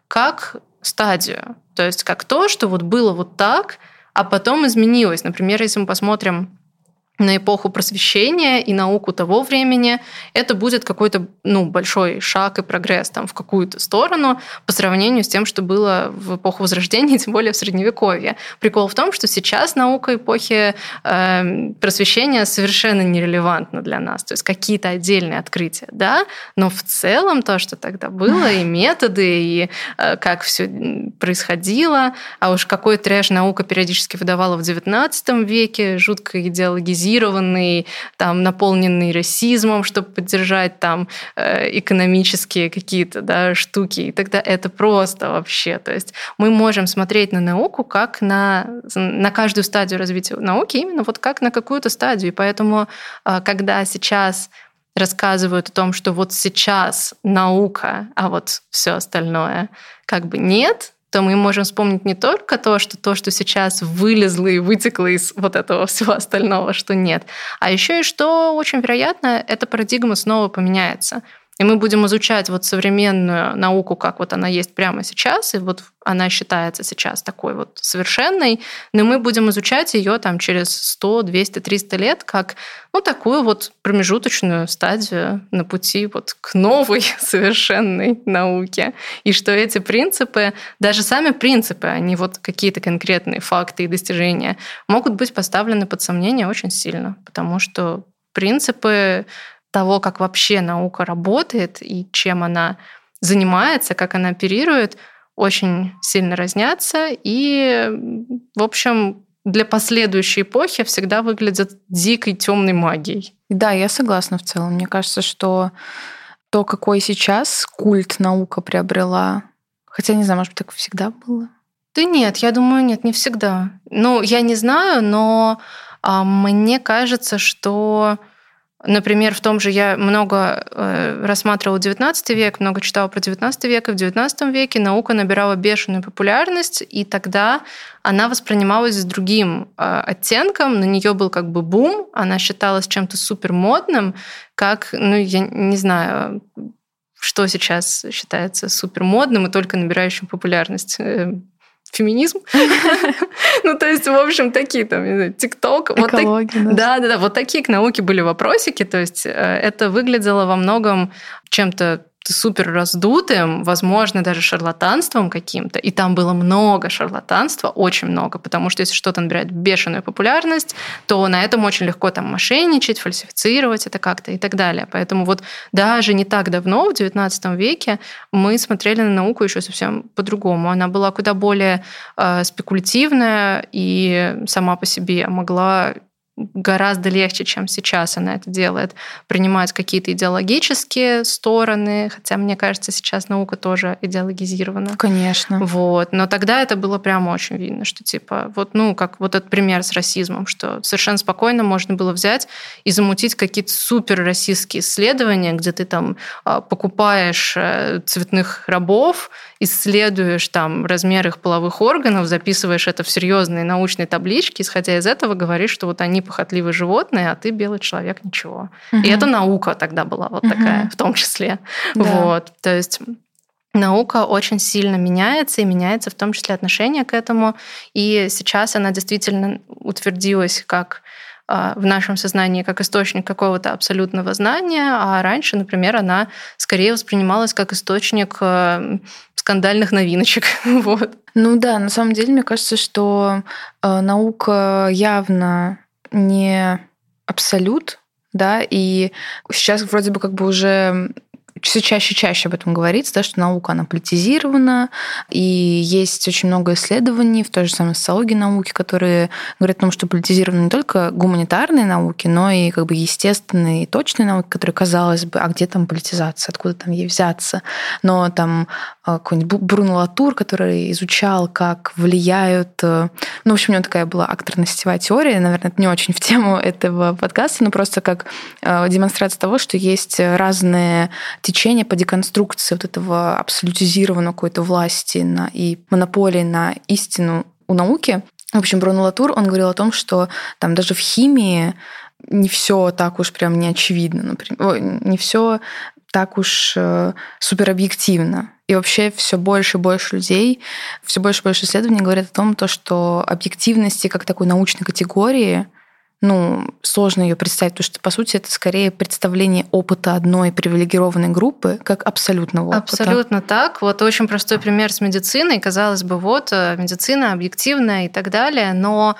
как стадию. То есть как то, что вот было вот так, а потом изменилось. Например, если мы посмотрим на эпоху просвещения и науку того времени, это будет какой-то большой шаг и прогресс в какую-то сторону по сравнению с тем, что было в эпоху Возрождения, тем более в Средневековье. Прикол в том, что сейчас наука эпохи просвещения совершенно нерелевантна для нас. То есть какие-то отдельные открытия, да, но в целом то, что тогда было, и методы, и как все происходило, а уж какой трэш наука периодически выдавала в XIX веке, жутко идеологизированный, наполненный расизмом, чтобы поддержать экономические какие-то штуки. И тогда это просто вообще. То есть мы можем смотреть на науку как на каждую стадию развития науки, именно вот как на какую-то стадию. И поэтому, когда сейчас рассказывают о том, что вот сейчас наука, а вот все остальное нет, то мы можем вспомнить не только то, что сейчас вылезло и вытекло из вот этого всего остального, что нет, а еще и что очень вероятно, эта парадигма снова поменяется. И мы будем изучать вот современную науку, как вот она есть прямо сейчас, и вот она считается сейчас такой вот совершенной, но мы будем изучать ее через 100, 200, 300 лет как такую вот промежуточную стадию на пути вот к новой совершенной науке. И что эти принципы, даже сами принципы, а не вот какие-то конкретные факты и достижения, могут быть поставлены под сомнение очень сильно, потому что принципы того, как вообще наука работает и чем она занимается, как она оперирует, очень сильно разнятся. И, в общем, для последующей эпохи всегда выглядят дикой темной магией. Да, я согласна в целом. Мне кажется, что то, какой сейчас культ наука приобрела, хотя, не знаю, может быть, так всегда было? Да нет, я думаю, нет, не всегда. Я не знаю, но мне кажется, что... Например, в том же я много рассматривала XIX век, много читала про XIX век, и в XIX веке наука набирала бешеную популярность, и тогда она воспринималась с другим оттенком, на нее был как бы бум, она считалась чем-то супермодным, как, я не знаю, что сейчас считается супермодным и только набирающим популярность. Феминизм. То есть, в общем, такие ТикТок. Экология. Да. Вот такие к науке были вопросики. То есть это выглядело во многом чем-то супер раздутым, возможно, даже шарлатанством каким-то. И там было много шарлатанства, очень много, потому что если что-то набирает бешеную популярность, то на этом очень легко мошенничать, фальсифицировать это как-то и так далее. Поэтому вот даже не так давно, в XIX веке, мы смотрели на науку еще совсем по-другому. Она была куда более спекулятивная и сама по себе могла гораздо легче, чем сейчас она это делает, принимать какие-то идеологические стороны, хотя, мне кажется, сейчас наука тоже идеологизирована. Конечно. Вот. Но тогда это было прямо очень видно, что как вот этот пример с расизмом, что совершенно спокойно можно было взять и замутить какие-то супер расистские исследования, где ты покупаешь цветных рабов, исследуешь размер их половых органов, записываешь это в серьезные научные таблички, исходя из этого говоришь, что вот они похотливые животные, а ты белый человек, ничего. Угу. И это наука тогда была вот такая, в том числе. Да. Вот. То есть наука очень сильно меняется, и меняется в том числе отношение к этому. И сейчас она действительно утвердилась как в нашем сознании как источник какого-то абсолютного знания, а раньше, например, она скорее воспринималась как источник скандальных новиночек. Вот. Да, на самом деле, мне кажется, что наука явно не абсолют, да, и сейчас вроде бы уже все чаще и чаще об этом говорится, да, что наука, она политизирована, и есть очень много исследований в той же самой социологии науки, которые говорят о том, что политизированы не только гуманитарные науки, но и естественные и точные науки, которые, казалось бы, а где там политизация, откуда там ей взяться? Но какой-нибудь Бруно Латур, который изучал, как влияют... в общем, у него такая была акторно-сетевая теория, наверное, это не очень в тему этого подкаста, но просто как демонстрация того, что есть разные течение по деконструкции вот этого абсолютизированного какой-то власти и монополии на истину у науки. В общем, Бруно Латур, он говорил о том, что даже в химии не все так уж прям не очевидно, например, не все так уж суперобъективно. И вообще все больше и больше людей, все больше и больше исследований говорят о том, что объективности как такой научной категории, сложно ее представить, потому что, по сути, это скорее представление опыта одной привилегированной группы как абсолютного опыта. Абсолютно так. Вот очень простой пример с медициной. Казалось бы, медицина объективная и так далее, но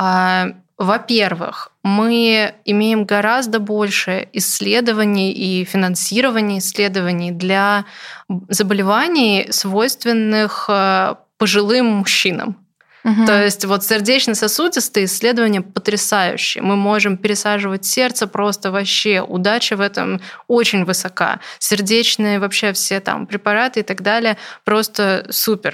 во-первых, мы имеем гораздо больше исследований и финансирования исследований для заболеваний, свойственных пожилым мужчинам. То есть сердечно-сосудистые исследования потрясающие. Мы можем пересаживать сердце просто вообще. Удача в этом очень высока. Сердечные вообще все там препараты и так далее просто супер,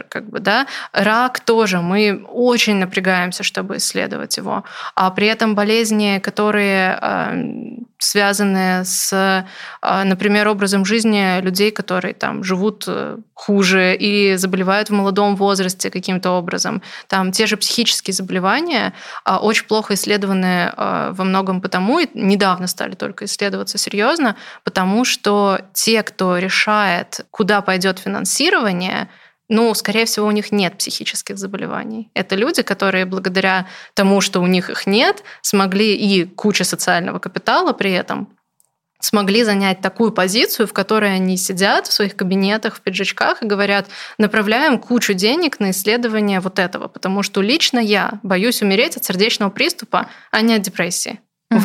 Рак тоже. Мы очень напрягаемся, чтобы исследовать его. А при этом болезни, которые связаны с, например, образом жизни людей, которые там живут хуже или заболевают в молодом возрасте каким-то образом. Там те же психические заболевания очень плохо исследованы во многом потому, и недавно стали только исследоваться серьезно, потому что те, кто решает, куда пойдет финансирование, скорее всего, у них нет психических заболеваний. Это люди, которые благодаря тому, что у них их нет, смогли и куча социального капитала при этом, смогли занять такую позицию, в которой они сидят в своих кабинетах, в пиджачках и говорят: направляем кучу денег на исследование вот этого, потому что лично я боюсь умереть от сердечного приступа, а не от депрессии.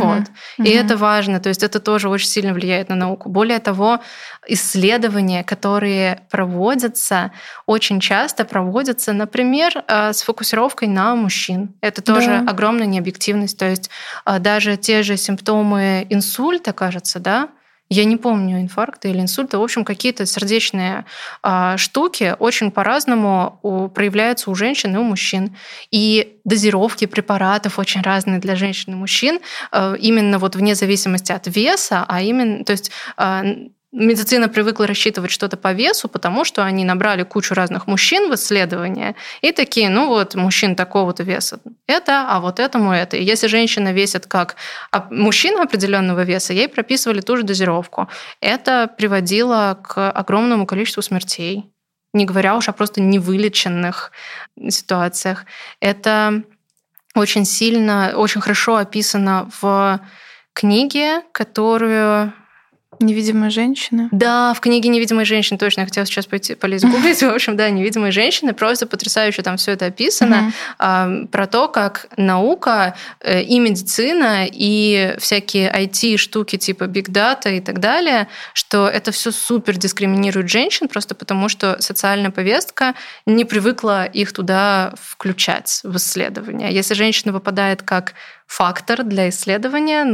И это важно, то есть это тоже очень сильно влияет на науку. Более того, исследования, которые проводятся, очень часто проводятся, например, с фокусировкой на мужчин. Это тоже огромная необъективность. То есть даже те же симптомы инсульта, кажется, я не помню, инфаркта или инсульта, в общем, какие-то сердечные штуки очень по-разному проявляются у женщин и у мужчин. И дозировки препаратов очень разные для женщин и мужчин, именно вне зависимости от веса, то есть медицина привыкла рассчитывать что-то по весу, потому что они набрали кучу разных мужчин в исследования и такие: мужчин такого-то веса это, а вот этому это. И если женщина весит как мужчина определенного веса, ей прописывали ту же дозировку. Это приводило к огромному количеству смертей, не говоря уж о просто невылеченных ситуациях. Это очень сильно, очень хорошо описано в книге, которую... «Невидимые женщины». Да, в книге «Невидимые женщины», точно, я хотела сейчас полезть гуглить. В общем, «Невидимые женщины», просто потрясающе там все это описано, про то, как наука и медицина, и всякие IT-штуки типа Big Data и так далее, что это все супер дискриминирует женщин, просто потому что социальная повестка не привыкла их туда включать в исследования. Если женщина выпадает как фактор для исследования,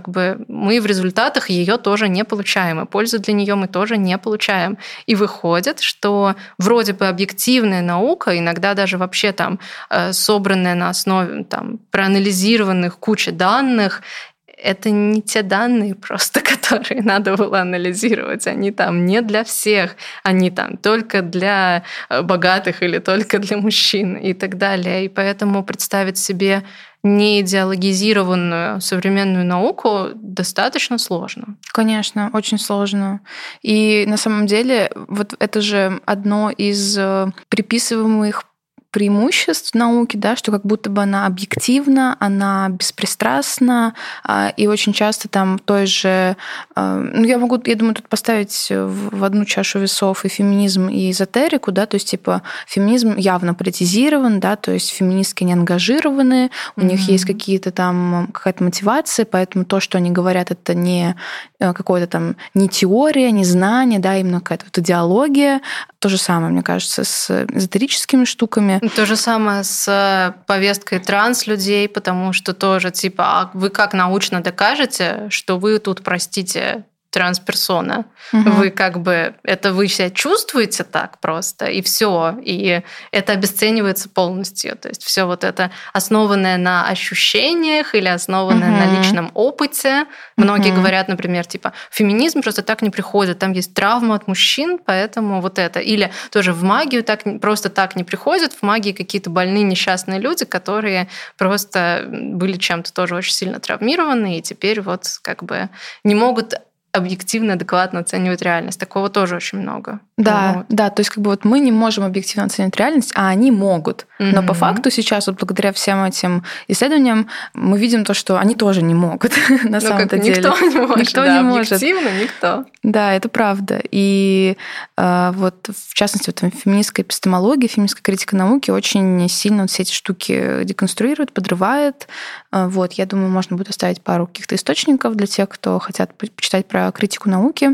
мы в результатах ее тоже не получаем, и пользу для нее мы тоже не получаем. И выходит, что вроде бы объективная наука, иногда даже вообще собранная на основе проанализированных кучи данных, это не те данные просто, которые надо было анализировать. Они не для всех, они только для богатых или только для мужчин и так далее. И поэтому представить себе неидеологизированную современную науку достаточно сложно. Конечно, очень сложно. И на самом деле это же одно из приписываемых преимуществ науки, что как будто бы она объективна, она беспристрастна, и очень часто той же... Я думаю, тут поставить в одну чашу весов и феминизм, и эзотерику, то есть, феминизм явно политизирован, то есть феминистки не ангажированы, у них есть какая-то мотивация, поэтому то, что они говорят, это не какое-то не теория, не знание, именно какая-то идеология. То же самое, мне кажется, с эзотерическими штуками. То же самое с повесткой транс-людей, потому что тоже а вы как научно докажете, что вы тут, простите, трансперсона? Вы это вы себя чувствуете так просто, и все, и это обесценивается полностью. То есть все это основанное на ощущениях или основанное на личном опыте. Многие говорят, например, феминизм просто так не приходит, там есть травма от мужчин, поэтому это. Или тоже в магию просто так не приходят, в магии какие-то больные несчастные люди, которые просто были чем-то тоже очень сильно травмированы, и теперь не могут объективно, адекватно оценивают реальность. Такого тоже очень много. Да, да, то есть как бы вот мы не можем объективно оценивать реальность, а они могут. Но по факту сейчас, вот благодаря всем этим исследованиям, мы видим то, что они тоже не могут на самом-то деле. Никто не может. Никто не может. Объективно никто. Да, это правда. И вот в частности, вот феминистская эпистемология, феминистская критика науки очень сильно вот все эти штуки деконструирует, подрывает. Вот, я думаю, можно будет оставить пару каких-то источников для тех, кто хотят почитать про критику науки.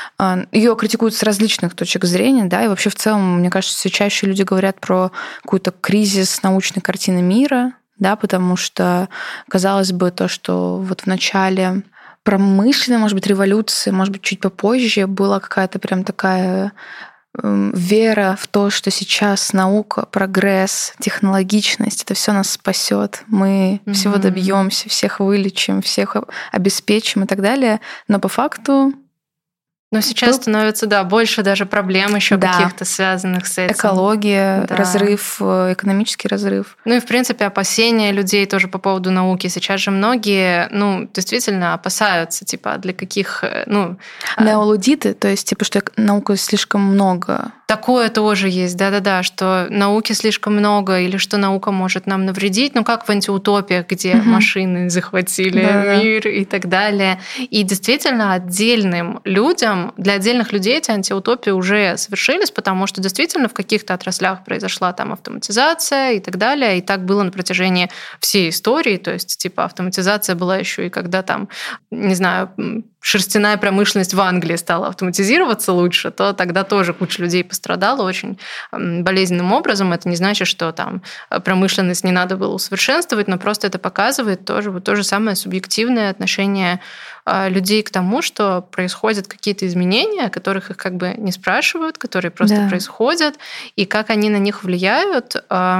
Ее критикуют с различных точек зрения, да, и вообще в целом, мне кажется, все чаще люди говорят про какой-то кризис научной картины мира, да, потому что, казалось бы, то, что вот в начале промышленной, может быть, революции, может быть, чуть попозже была какая-то прям такая вера в то, что сейчас наука, прогресс, технологичность, это все нас спасет. Мы всего добьемся, всех вылечим, всех обеспечим и так далее. Но по факту но сейчас становится, да, больше даже проблем еще каких-то связанных с этим. Экология, разрыв, экономический разрыв. Ну и, в принципе, опасения людей тоже по поводу науки. Сейчас же многие, действительно опасаются, типа, для каких... Неолудиты, то есть, типа, что науки слишком много. Такое тоже есть, да-да-да, что науки слишком много или что наука может нам навредить, как в антиутопиях, где машины захватили мир и так далее. И действительно отдельным людям, для отдельных людей эти антиутопии уже совершились, потому что действительно в каких-то отраслях произошла там автоматизация и так далее, и так было на протяжении всей истории, то есть типа автоматизация была еще и когда там, не знаю, шерстяная промышленность в Англии стала автоматизироваться лучше, то тогда тоже куча людей пострадала очень болезненным образом. Это не значит, что там промышленность не надо было усовершенствовать, но просто это показывает тоже вот то же самое субъективное отношение людей к тому, что происходят какие-то изменения, о которых их как бы не спрашивают, которые просто происходят, и как они на них влияют.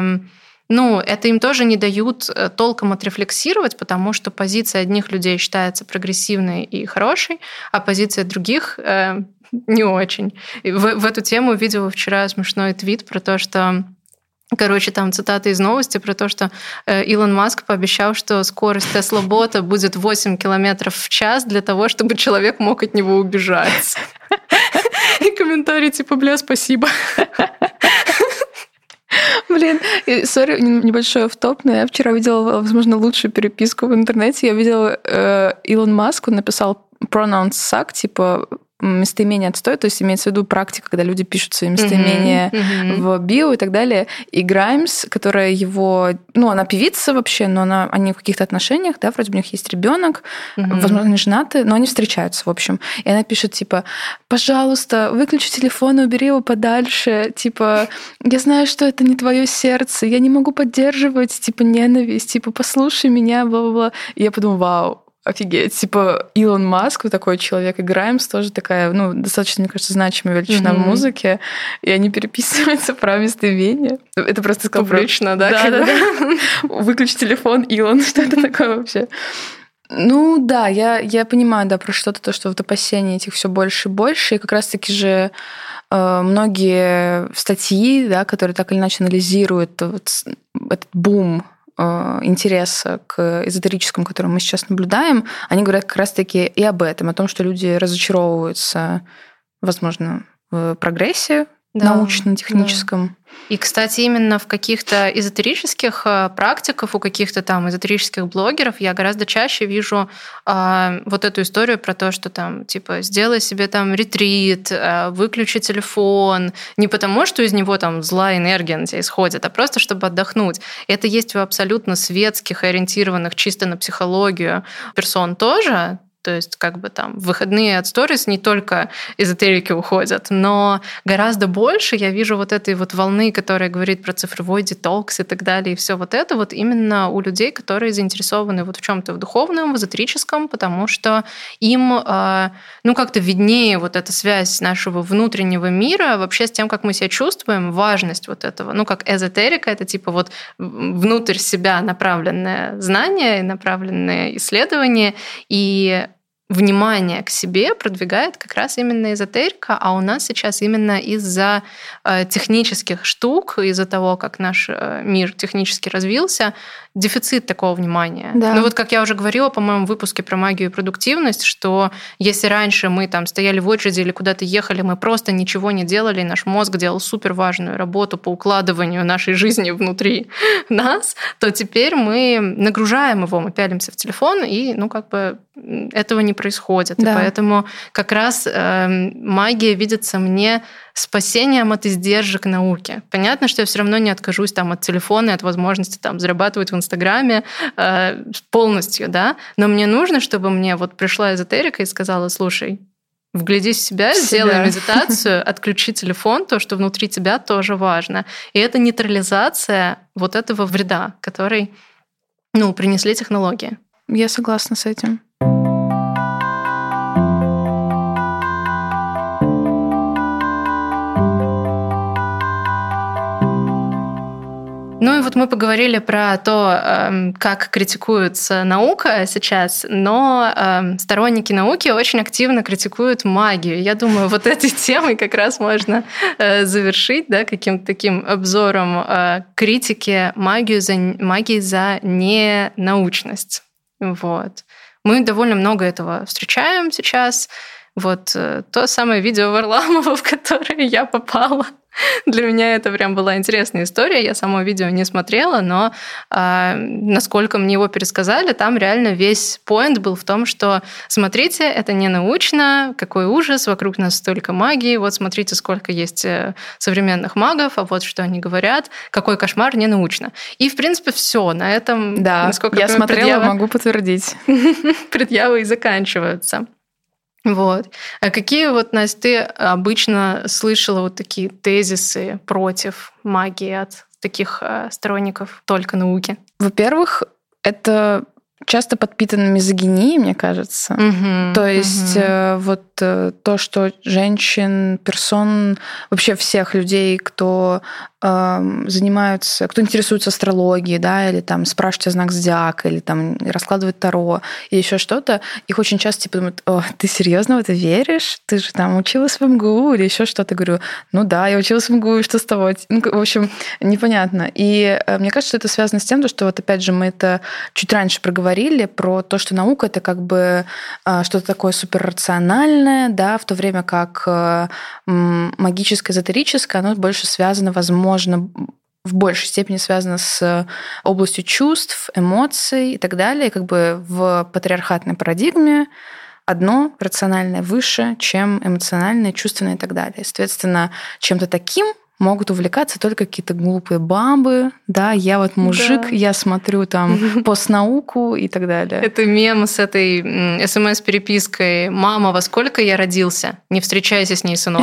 Это им тоже не дают толком отрефлексировать, потому что позиция одних людей считается прогрессивной и хорошей, а позиция других не очень. И в эту тему видела вчера смешной твит про то, что там цитата из новости про то, что Илон Маск пообещал, что скорость Тесла-бота будет 8 километров в час для того, чтобы человек мог от него убежать. И комментарий типа, спасибо. Блин, сори, небольшой офф-топ, но я вчера видела, возможно, лучшую переписку в интернете. Я видела, Илон Маск, он написал pronouns suck, типа местоимение отстой, то есть имеется в виду практика, когда люди пишут свои местоимения в био и так далее. И Граймс, которая его... она певица вообще, но они в каких-то отношениях, да, вроде бы у них есть ребенок, возможно, они женаты, но они встречаются, в общем. И она пишет, типа, пожалуйста, выключи телефон и убери его подальше. Типа, я знаю, что это не твое сердце, я не могу поддерживать, типа, ненависть, типа, послушай меня, бла-бла-бла. И я подумала, вау, офигеть. Типа Илон Маск, вот такой человек, и Граймс тоже такая, достаточно, мне кажется, значимая величина в музыке, и они переписываются про местоимение. Это просто сказал публично, да? Да. Выключи телефон, Илон, что это такое вообще? Да, я понимаю, да, про что-то, то, что вот опасений этих все больше и больше, и как раз-таки же многие статьи, да, которые так или иначе анализируют вот этот бум интереса к эзотерическому, который мы сейчас наблюдаем, они говорят как раз-таки и об этом, о том, что люди разочаровываются, возможно, в прогрессе научно-техническом. И, кстати, именно в каких-то эзотерических практиках, у каких-то там эзотерических блогеров я гораздо чаще вижу вот эту историю про то, что там, типа, сделай себе там ретрит, выключи телефон, не потому, что из него там злая энергия на тебя исходит, а просто чтобы отдохнуть. Это есть у абсолютно светских, ориентированных чисто на психологию персон тоже. То есть как бы там в выходные от сторис не только эзотерики уходят, но гораздо больше я вижу вот этой вот волны, которая говорит про цифровой детокс и так далее, и все вот это вот именно у людей, которые заинтересованы вот в чем-то в духовном, в эзотерическом, потому что им как-то виднее вот эта связь нашего внутреннего мира вообще с тем, как мы себя чувствуем, важность вот этого. Как эзотерика, это типа вот внутрь себя направленное знание, направленное исследование, и внимание к себе продвигает как раз именно эзотерика, а у нас сейчас именно из-за технических штук, из-за того, как наш мир технически развился, дефицит такого внимания. Да. Ну вот как я уже говорила, по-моему, в выпуске про магию и продуктивность, что если раньше мы там стояли в очереди или куда-то ехали, мы просто ничего не делали, и наш мозг делал супер важную работу по укладыванию нашей жизни внутри нас, то теперь мы нагружаем его, мы пялимся в телефон, и этого не происходит. Да. И поэтому как раз магия видится мне спасением от издержек науки. Понятно, что я все равно не откажусь от телефона и от возможности зарабатывать в Инстаграме полностью, да, но мне нужно, чтобы мне пришла эзотерика и сказала: слушай, вглядись в себя, сделай медитацию, отключи телефон, то, что внутри тебя, тоже важно. И это нейтрализация этого вреда, который принесли технологии. Я согласна с этим. Ну и мы поговорили про то, как критикуется наука сейчас, но сторонники науки очень активно критикуют магию. Я думаю, этой темой как раз можно завершить, да, каким-то таким обзором критики магии за ненаучность. Мы довольно много этого встречаем сейчас. То самое видео Варламова, в которое я попала. Для меня это прям была интересная история. Я само видео не смотрела, но насколько мне его пересказали, там реально весь поинт был в том, что смотрите, это не научно, какой ужас, вокруг нас столько магии, смотрите, сколько есть современных магов, а что они говорят, какой кошмар, не научно. И, в принципе, все на этом, да, насколько я смотрела, могу подтвердить. Предъявы и заканчиваются. А какие, Настя, ты обычно слышала такие тезисы против магии от таких сторонников только науки? Во-первых, это часто подпитано мизогинией, мне кажется. То есть то, что женщин, персон, вообще всех людей, кто занимаются, кто интересуется астрологией, да, или спрашивают о знак зодиака, или раскладывают таро, или еще что-то, их очень часто думают: о, ты серьезно в это веришь? Ты же училась в МГУ или еще что-то. Говорю: ну да, я училась в МГУ, и что с того? В общем, непонятно. И мне кажется, что это связано с тем, что опять же мы это чуть раньше проговорили, про то, что наука — это что-то такое суперрациональное, да, в то время как магическое, эзотерическое, оно больше связано, возможно, в большей степени связано с областью чувств, эмоций и так далее. И в патриархатной парадигме одно рациональное выше, чем эмоциональное, чувственное и так далее. Соответственно, чем-то таким могут увлекаться только какие-то глупые бабы, да, я мужик, да. Я смотрю постнауку и так далее. Это мем с этой СМС-перепиской: «Мама, во сколько я родился? Не встречайся с ней, сынок».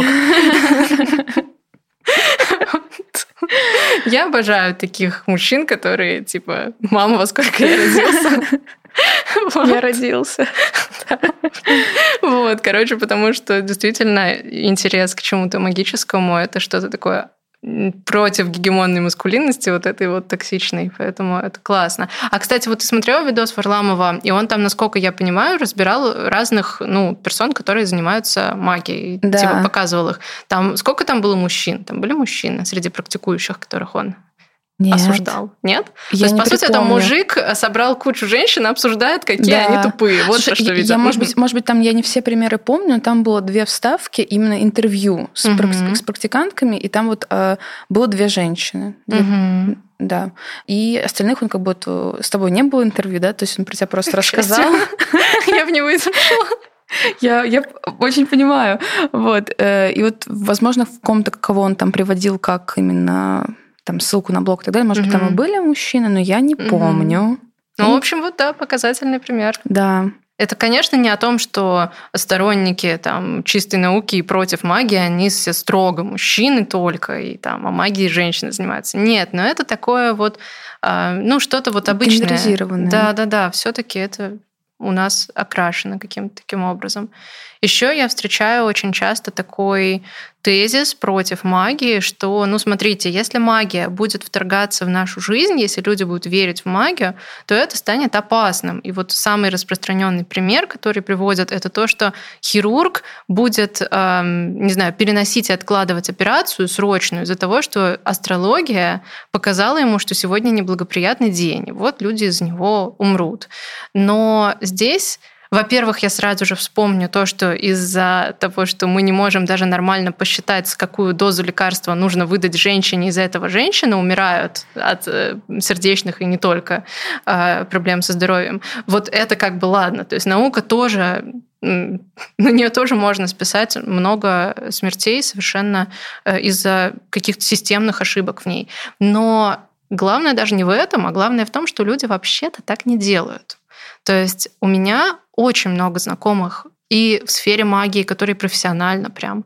Я обожаю таких мужчин, которые «Мама, во сколько я родился?» Я родился. Потому что действительно интерес к чему-то магическому — это что-то такое против гегемонной маскулинности, этой токсичной, поэтому это классно. А, кстати, ты смотрела видос Варламова, и он там, насколько я понимаю, разбирал разных, персон, которые занимаются магией, да. Показывал их. Сколько там было мужчин? Там были мужчины среди практикующих, которых он Нет. осуждал? Нет? Я То есть, не по сути, это припомню. Мужик собрал кучу женщин и обсуждает, какие да. они тупые. Слушай, что видят. Я, может быть, там я не все примеры помню, но там было 2 вставки, именно интервью с практикантками, и там было 2 женщины. Да. И остальных он с тобой не было интервью, да? То есть он про тебя просто рассказал. Я в него и зашла. Я очень понимаю. И возможно, в ком-то, кого он там приводил, как именно ссылку на блог и так далее, может быть, там и были мужчины, но я не помню. Ну, в общем, показательный пример. Да. Это, конечно, не о том, что сторонники чистой науки и против магии, они все строго мужчины только, и а магией женщины занимаются. Нет, но это такое что-то обычное. Генерализированное. Да. Все-таки это у нас окрашено каким-то таким образом. Еще я встречаю очень часто такой тезис против магии, что, смотрите, если магия будет вторгаться в нашу жизнь, если люди будут верить в магию, то это станет опасным. И вот самый распространенный пример, который приводят, это то, что хирург будет, переносить и откладывать операцию срочную из-за того, что астрология показала ему, что сегодня неблагоприятный день, и вот люди из него умрут. Но здесь... Во-первых, я сразу же вспомню то, что из-за того, что мы не можем даже нормально посчитать, какую дозу лекарства нужно выдать женщине, из-за этого женщины умирают от сердечных и не только проблем со здоровьем. Вот это ладно. То есть наука тоже, на нее тоже можно списать много смертей совершенно из-за каких-то системных ошибок в ней. Но главное даже не в этом, а главное в том, что люди вообще-то так не делают. То есть у меня очень много знакомых и в сфере магии, которые профессионально прям.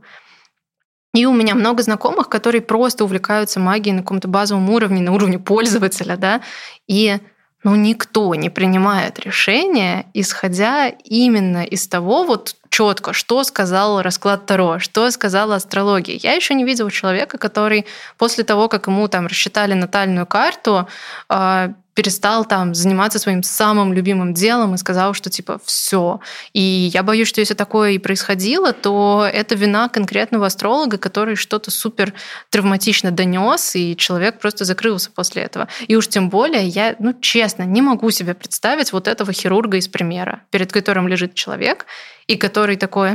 И у меня много знакомых, которые просто увлекаются магией на каком-то базовом уровне, на уровне пользователя, да, и никто не принимает решения, исходя именно из того четко, что сказал расклад Таро, что сказала астрология. Я еще не видела человека, который после того, как ему рассчитали натальную карту, перестал заниматься своим самым любимым делом и сказал, что все. И я боюсь, что если такое и происходило, то это вина конкретного астролога, который что-то супер травматично донес, и человек просто закрылся после этого. И уж тем более я, честно, не могу себе представить этого хирурга из примера, перед которым лежит человек, и который такой: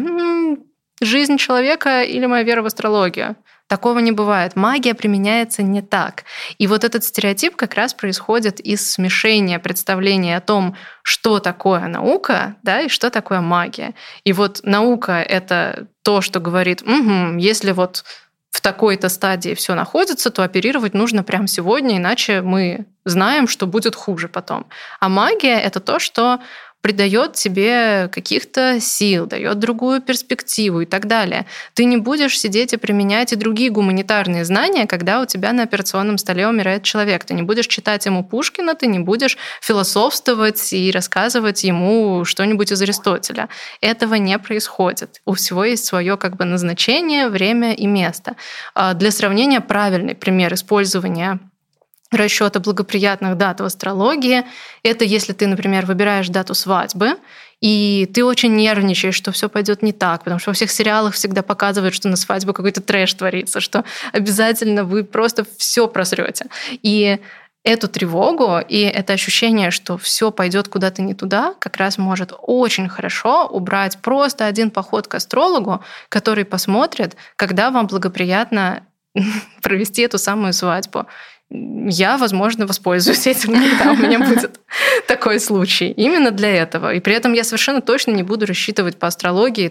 жизнь человека или моя вера в астрологию. Такого не бывает. Магия применяется не так. И этот стереотип как раз происходит из смешения представления о том, что такое наука, да, и что такое магия. И наука — это то, что говорит: если в такой-то стадии все находится, то оперировать нужно прямо сегодня, иначе мы знаем, что будет хуже потом. А магия — это то, что придает тебе каких-то сил, дает другую перспективу и так далее. Ты не будешь сидеть и применять и другие гуманитарные знания, когда у тебя на операционном столе умирает человек. Ты не будешь читать ему Пушкина, ты не будешь философствовать и рассказывать ему что-нибудь из Аристотеля. Этого не происходит. У всего есть свое назначение, время и место. Для сравнения, правильный пример использования расчета благоприятных дат в астрологии — это если ты, например, выбираешь дату свадьбы, и ты очень нервничаешь, что все пойдет не так, потому что во всех сериалах всегда показывают, что на свадьбе какой-то трэш творится, что обязательно вы просто все просрете. И эту тревогу и это ощущение, что все пойдет куда-то не туда, как раз может очень хорошо убрать просто один поход к астрологу, который посмотрит, когда вам благоприятно провести эту самую свадьбу. Я, возможно, воспользуюсь этим, когда у меня будет такой случай. Именно для этого. И при этом я совершенно точно не буду рассчитывать по астрологии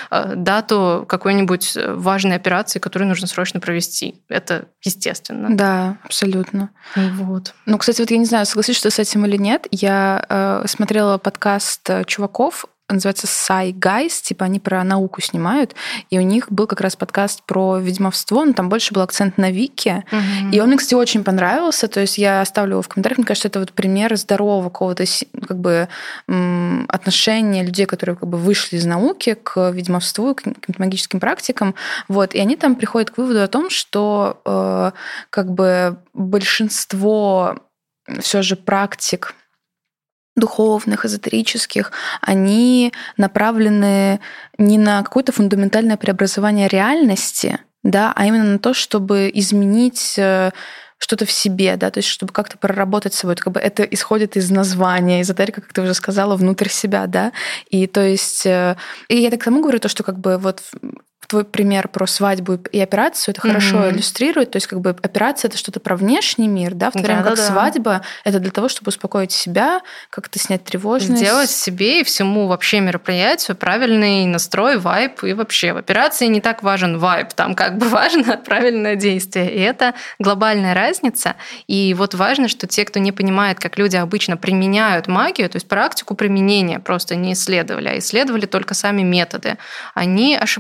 дату какой-нибудь важной операции, которую нужно срочно провести. Это естественно. Да, абсолютно. Вот. Кстати, я не знаю, согласишься ты с этим или нет. Я смотрела подкаст чуваков, называется Psy Guys, они про науку снимают, и у них был как раз подкаст про ведьмовство, но там больше был акцент на Вике, и он мне, кстати, очень понравился, то есть я оставлю его в комментариях, мне кажется, это пример здорового какого-то отношения людей, которые вышли из науки к ведьмовству, к каким-то магическим практикам, и они там приходят к выводу о том, что большинство все же практик духовных, эзотерических, они направлены не на какое-то фундаментальное преобразование реальности, да, а именно на то, чтобы изменить что-то в себе, да, то есть чтобы как-то проработать с собой. Это исходит из названия, эзотерика, как ты уже сказала, внутрь себя, да. И то есть, и я так к тому говорю, то, что твой пример про свадьбу и операцию это хорошо иллюстрирует. То есть операция — это что-то про внешний мир, да, в то время как свадьба — это для того, чтобы успокоить себя, как-то снять тревожность. Сделать себе и всему вообще мероприятию правильный настрой, вайб. И вообще в операции не так важен вайб, там важно правильное действие. И это глобальная разница. И важно, что те, кто не понимает, как люди обычно применяют магию, то есть практику применения просто не исследовали, а исследовали только сами методы, они ошибаются.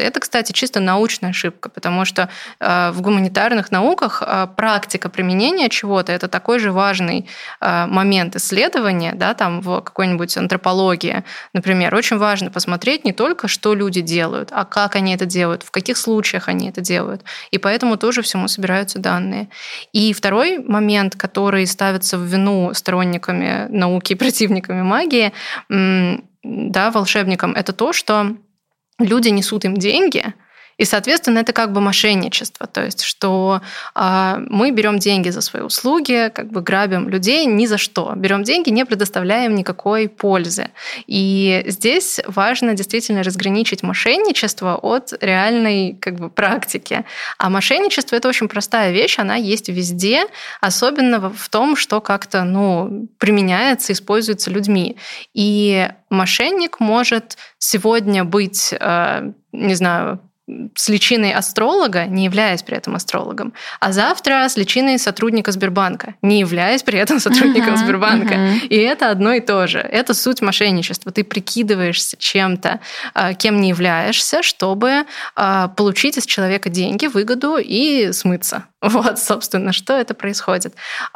Это, кстати, чисто научная ошибка, потому что в гуманитарных науках практика применения чего-то – это такой же важный момент исследования, да, там в какой-нибудь антропологии, например. Очень важно посмотреть не только, что люди делают, а как они это делают, в каких случаях они это делают. И поэтому тоже всему собираются данные. И второй момент, который ставится в вину сторонниками науки и противниками магии, да, волшебникам, это то, что люди несут им деньги, и, соответственно, это как бы мошенничество. То есть, что мы берем деньги за свои услуги, как бы грабим людей ни за что. Берем деньги, не предоставляем никакой пользы. И здесь важно действительно разграничить мошенничество от реальной как бы практики. А мошенничество – это очень простая вещь, она есть везде, особенно в том, что как-то применяется, используется людьми. И мошенник может сегодня быть, не знаю, с личиной астролога, не являясь при этом астрологом, а завтра с личиной сотрудника Сбербанка, не являясь при этом сотрудником Сбербанка. И это одно и то же. Это суть мошенничества. Ты прикидываешься чем-то, кем не являешься, чтобы получить из человека деньги, выгоду и смыться. Вот, собственно, что это происходит.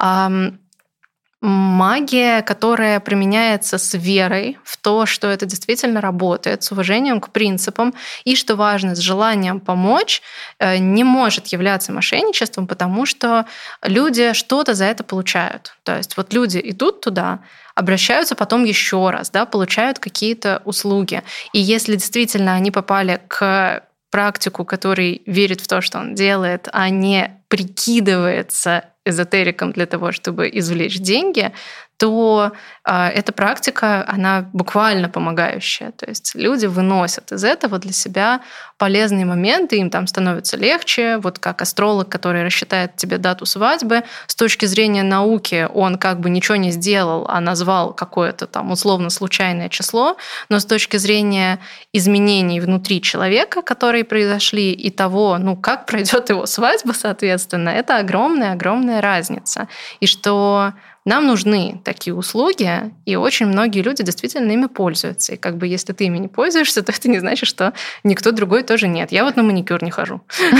Магия, которая применяется с верой в то, что это действительно работает, с уважением к принципам и, что важно, с желанием помочь, не может являться мошенничеством, потому что люди что-то за это получают. То есть вот люди идут туда, обращаются потом еще раз, да, получают какие-то услуги. И если действительно они попали к практику, который верит в то, что он делает, а не прикидывается эзотериком для того, чтобы извлечь деньги, то эта практика, она буквально помогающая. То есть люди выносят из этого для себя полезные моменты, им там становится легче. Вот как астролог, который рассчитает тебе дату свадьбы, с точки зрения науки он как бы ничего не сделал, а назвал какое-то там условно случайное число, но с точки зрения изменений внутри человека, которые произошли, и того, как пройдет его свадьба, соответственно, это огромная разница. И что нам нужны такие услуги, и очень многие люди действительно ими пользуются. И как бы если ты ими не пользуешься, то это не значит, что никто другой тоже нет. Я вот на маникюр не хожу.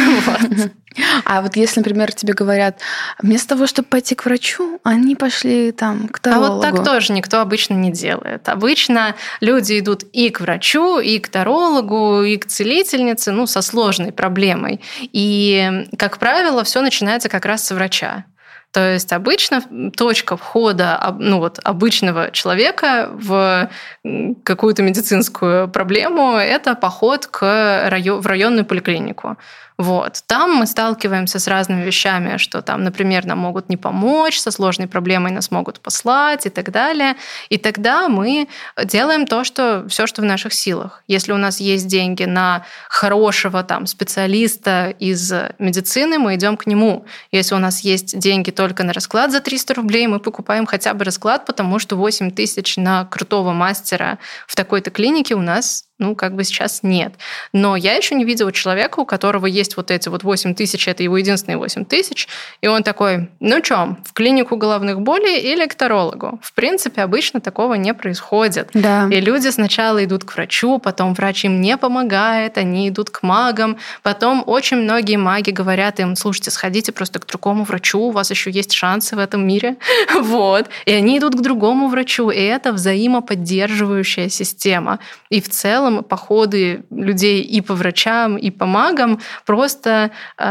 А вот если, например, тебе говорят, вместо того, чтобы пойти к врачу, они пошли там к тарологу. А вот так тоже никто обычно не делает. Обычно люди идут и к врачу, и к тарологу, и к целительнице, со сложной проблемой. И, как правило, все начинается как раз с врача. То есть обычно точка входа обычного человека в какую-то медицинскую проблему – это поход в районную поликлинику. Вот. Там мы сталкиваемся с разными вещами, что там, например, нам могут не помочь, со сложной проблемой нас могут послать и так далее. И тогда мы делаем все, что в наших силах. Если у нас есть деньги на хорошего специалиста из медицины, мы идем к нему. Если у нас есть деньги только на расклад за 300 рублей, мы покупаем хотя бы расклад, потому что 8 тысяч на крутого мастера в такой-то клинике у нас сейчас нет. Но я еще не видела человека, у которого есть вот эти 8 тысяч, это его единственные 8 тысяч, и он такой, что, в клинику головных болей или к тарологу? В принципе, обычно такого не происходит. Да. И люди сначала идут к врачу, потом врач им не помогает, они идут к магам, потом очень многие маги говорят им, слушайте, сходите просто к другому врачу, у вас еще есть шансы в этом мире. Вот. И они идут к другому врачу, и это взаимоподдерживающая система. И в целом походы людей и по врачам, и по магам просто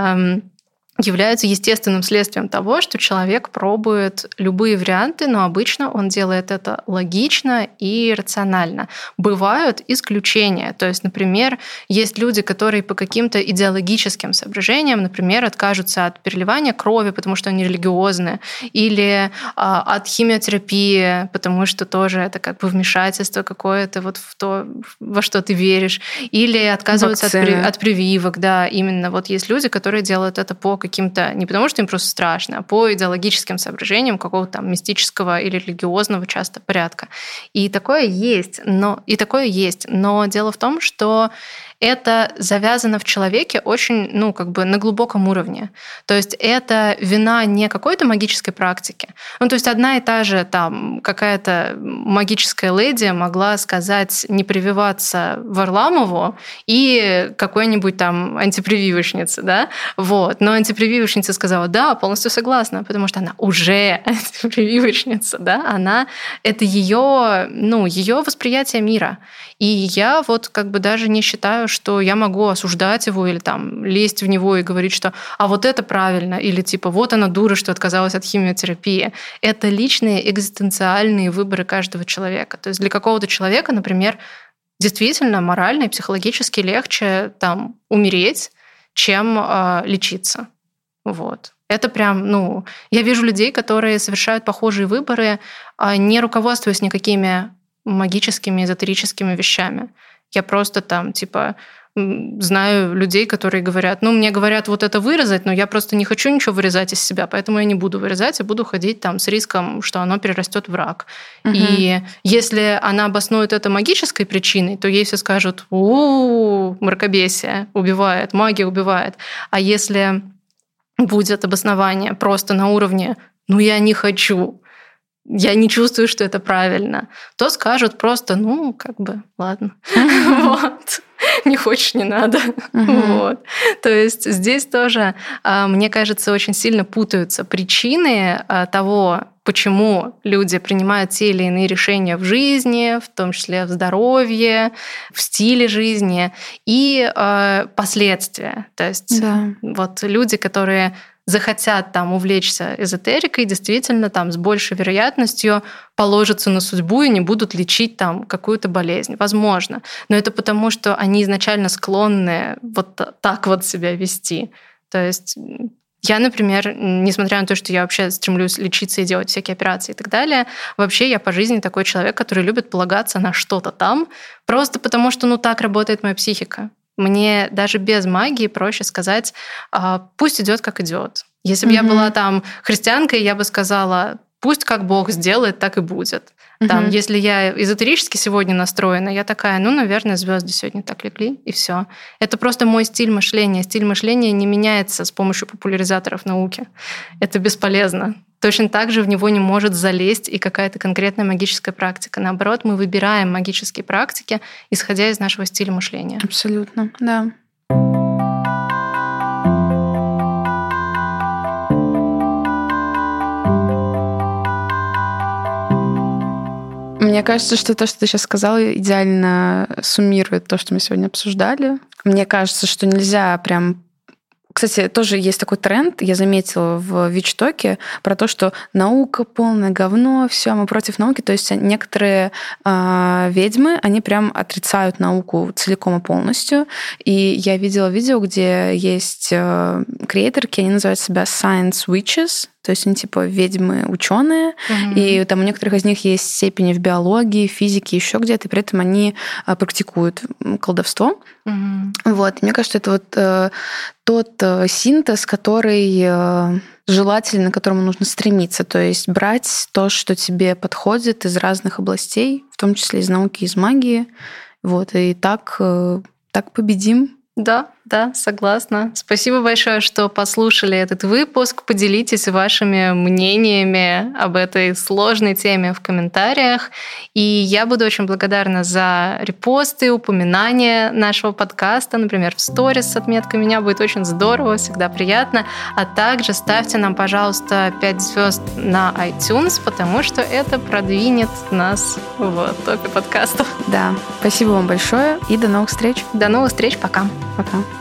являются естественным следствием того, что человек пробует любые варианты, но обычно он делает это логично и рационально. Бывают исключения. То есть, например, есть люди, которые по каким-то идеологическим соображениям, например, откажутся от переливания крови, потому что они религиозны, или от химиотерапии, потому что тоже это как бы вмешательство какое-то в то, во что ты веришь, или отказываются от прививок. Да, именно. Вот есть люди, которые делают это по каким-то, не потому что им просто страшно, а по идеологическим соображениям какого-то мистического или религиозного часто порядка. И такое есть, но дело в том, что это завязано в человеке очень, на глубоком уровне. То есть это вина не какой-то магической практики. То есть одна и та же там какая-то магическая леди могла сказать не прививаться Варламову и какой-нибудь там антипрививочнице, да? Вот. Но антипрививочница сказала, да, полностью согласна, потому что она уже антипрививочница, да? Это ее восприятие мира. И я даже не считаю, что я могу осуждать его или там лезть в него и говорить, что «а вот это правильно», или типа «вот она дура, что отказалась от химиотерапии». Это личные экзистенциальные выборы каждого человека. То есть для какого-то человека, например, действительно морально и психологически легче там умереть, чем лечиться. Вот. Это прям, я вижу людей, которые совершают похожие выборы, не руководствуясь никакими магическими, эзотерическими вещами. Я просто там, знаю людей, которые говорят, мне говорят вот это вырезать, но я просто не хочу ничего вырезать из себя, поэтому я не буду вырезать, и буду ходить там с риском, что оно перерастет в рак. Угу. И если она обоснует это магической причиной, то ей все скажут, мракобесие убивает, магия убивает. А если будет обоснование просто на уровне я не хочу, я не чувствую, что это правильно, то скажут просто, ладно. Вот. Не хочешь, не надо. Вот. То есть здесь тоже, мне кажется, очень сильно путаются причины того, почему люди принимают те или иные решения в жизни, в том числе в здоровье, в стиле жизни, и последствия. То есть люди, которые захотят там увлечься эзотерикой, действительно там с большей вероятностью положатся на судьбу и не будут лечить там какую-то болезнь. Возможно. Но это потому, что они изначально склонны вот так вот себя вести. То есть я, например, несмотря на то, что я вообще стремлюсь лечиться и делать всякие операции и так далее, вообще я по жизни такой человек, который любит полагаться на что-то там, просто потому что так работает моя психика. Мне даже без магии проще сказать, пусть идет как идет. Если бы я была там христианкой, я бы сказала, пусть как Бог сделает, так и будет. Там, если я эзотерически сегодня настроена, я такая, наверное, звезды сегодня так легли, и все. Это просто мой стиль мышления. Стиль мышления не меняется с помощью популяризаторов науки. Это бесполезно. Точно так же в него не может залезть и какая-то конкретная магическая практика. Наоборот, мы выбираем магические практики, исходя из нашего стиля мышления. Абсолютно, да. Мне кажется, что то, что ты сейчас сказала, идеально суммирует то, что мы сегодня обсуждали. Мне кажется, что нельзя прям... Кстати, тоже есть такой тренд, я заметила в ВИЧ-токе, про то, что наука полное говно, все, мы против науки. То есть некоторые ведьмы, они прям отрицают науку целиком и полностью. И я видела видео, где есть креаторки, они называют себя Science Witches, то есть они типа ведьмы-ученые, и там у некоторых из них есть степени в биологии, физике, еще где-то, и при этом они практикуют колдовство. Вот. Мне кажется, это вот тот синтез, который желательно, к которому нужно стремиться. То есть брать то, что тебе подходит из разных областей, в том числе из науки, из магии. Вот. И так победим. Да, согласна. Спасибо большое, что послушали этот выпуск. Поделитесь вашими мнениями об этой сложной теме в комментариях. И я буду очень благодарна за репосты, упоминания нашего подкаста, например, в сторис с отметкой «Меня». Будет очень здорово, всегда приятно. А также ставьте нам, пожалуйста, 5 звезд на iTunes, потому что это продвинет нас в топе подкастов. Да, спасибо вам большое и до новых встреч. До новых встреч, пока. Пока.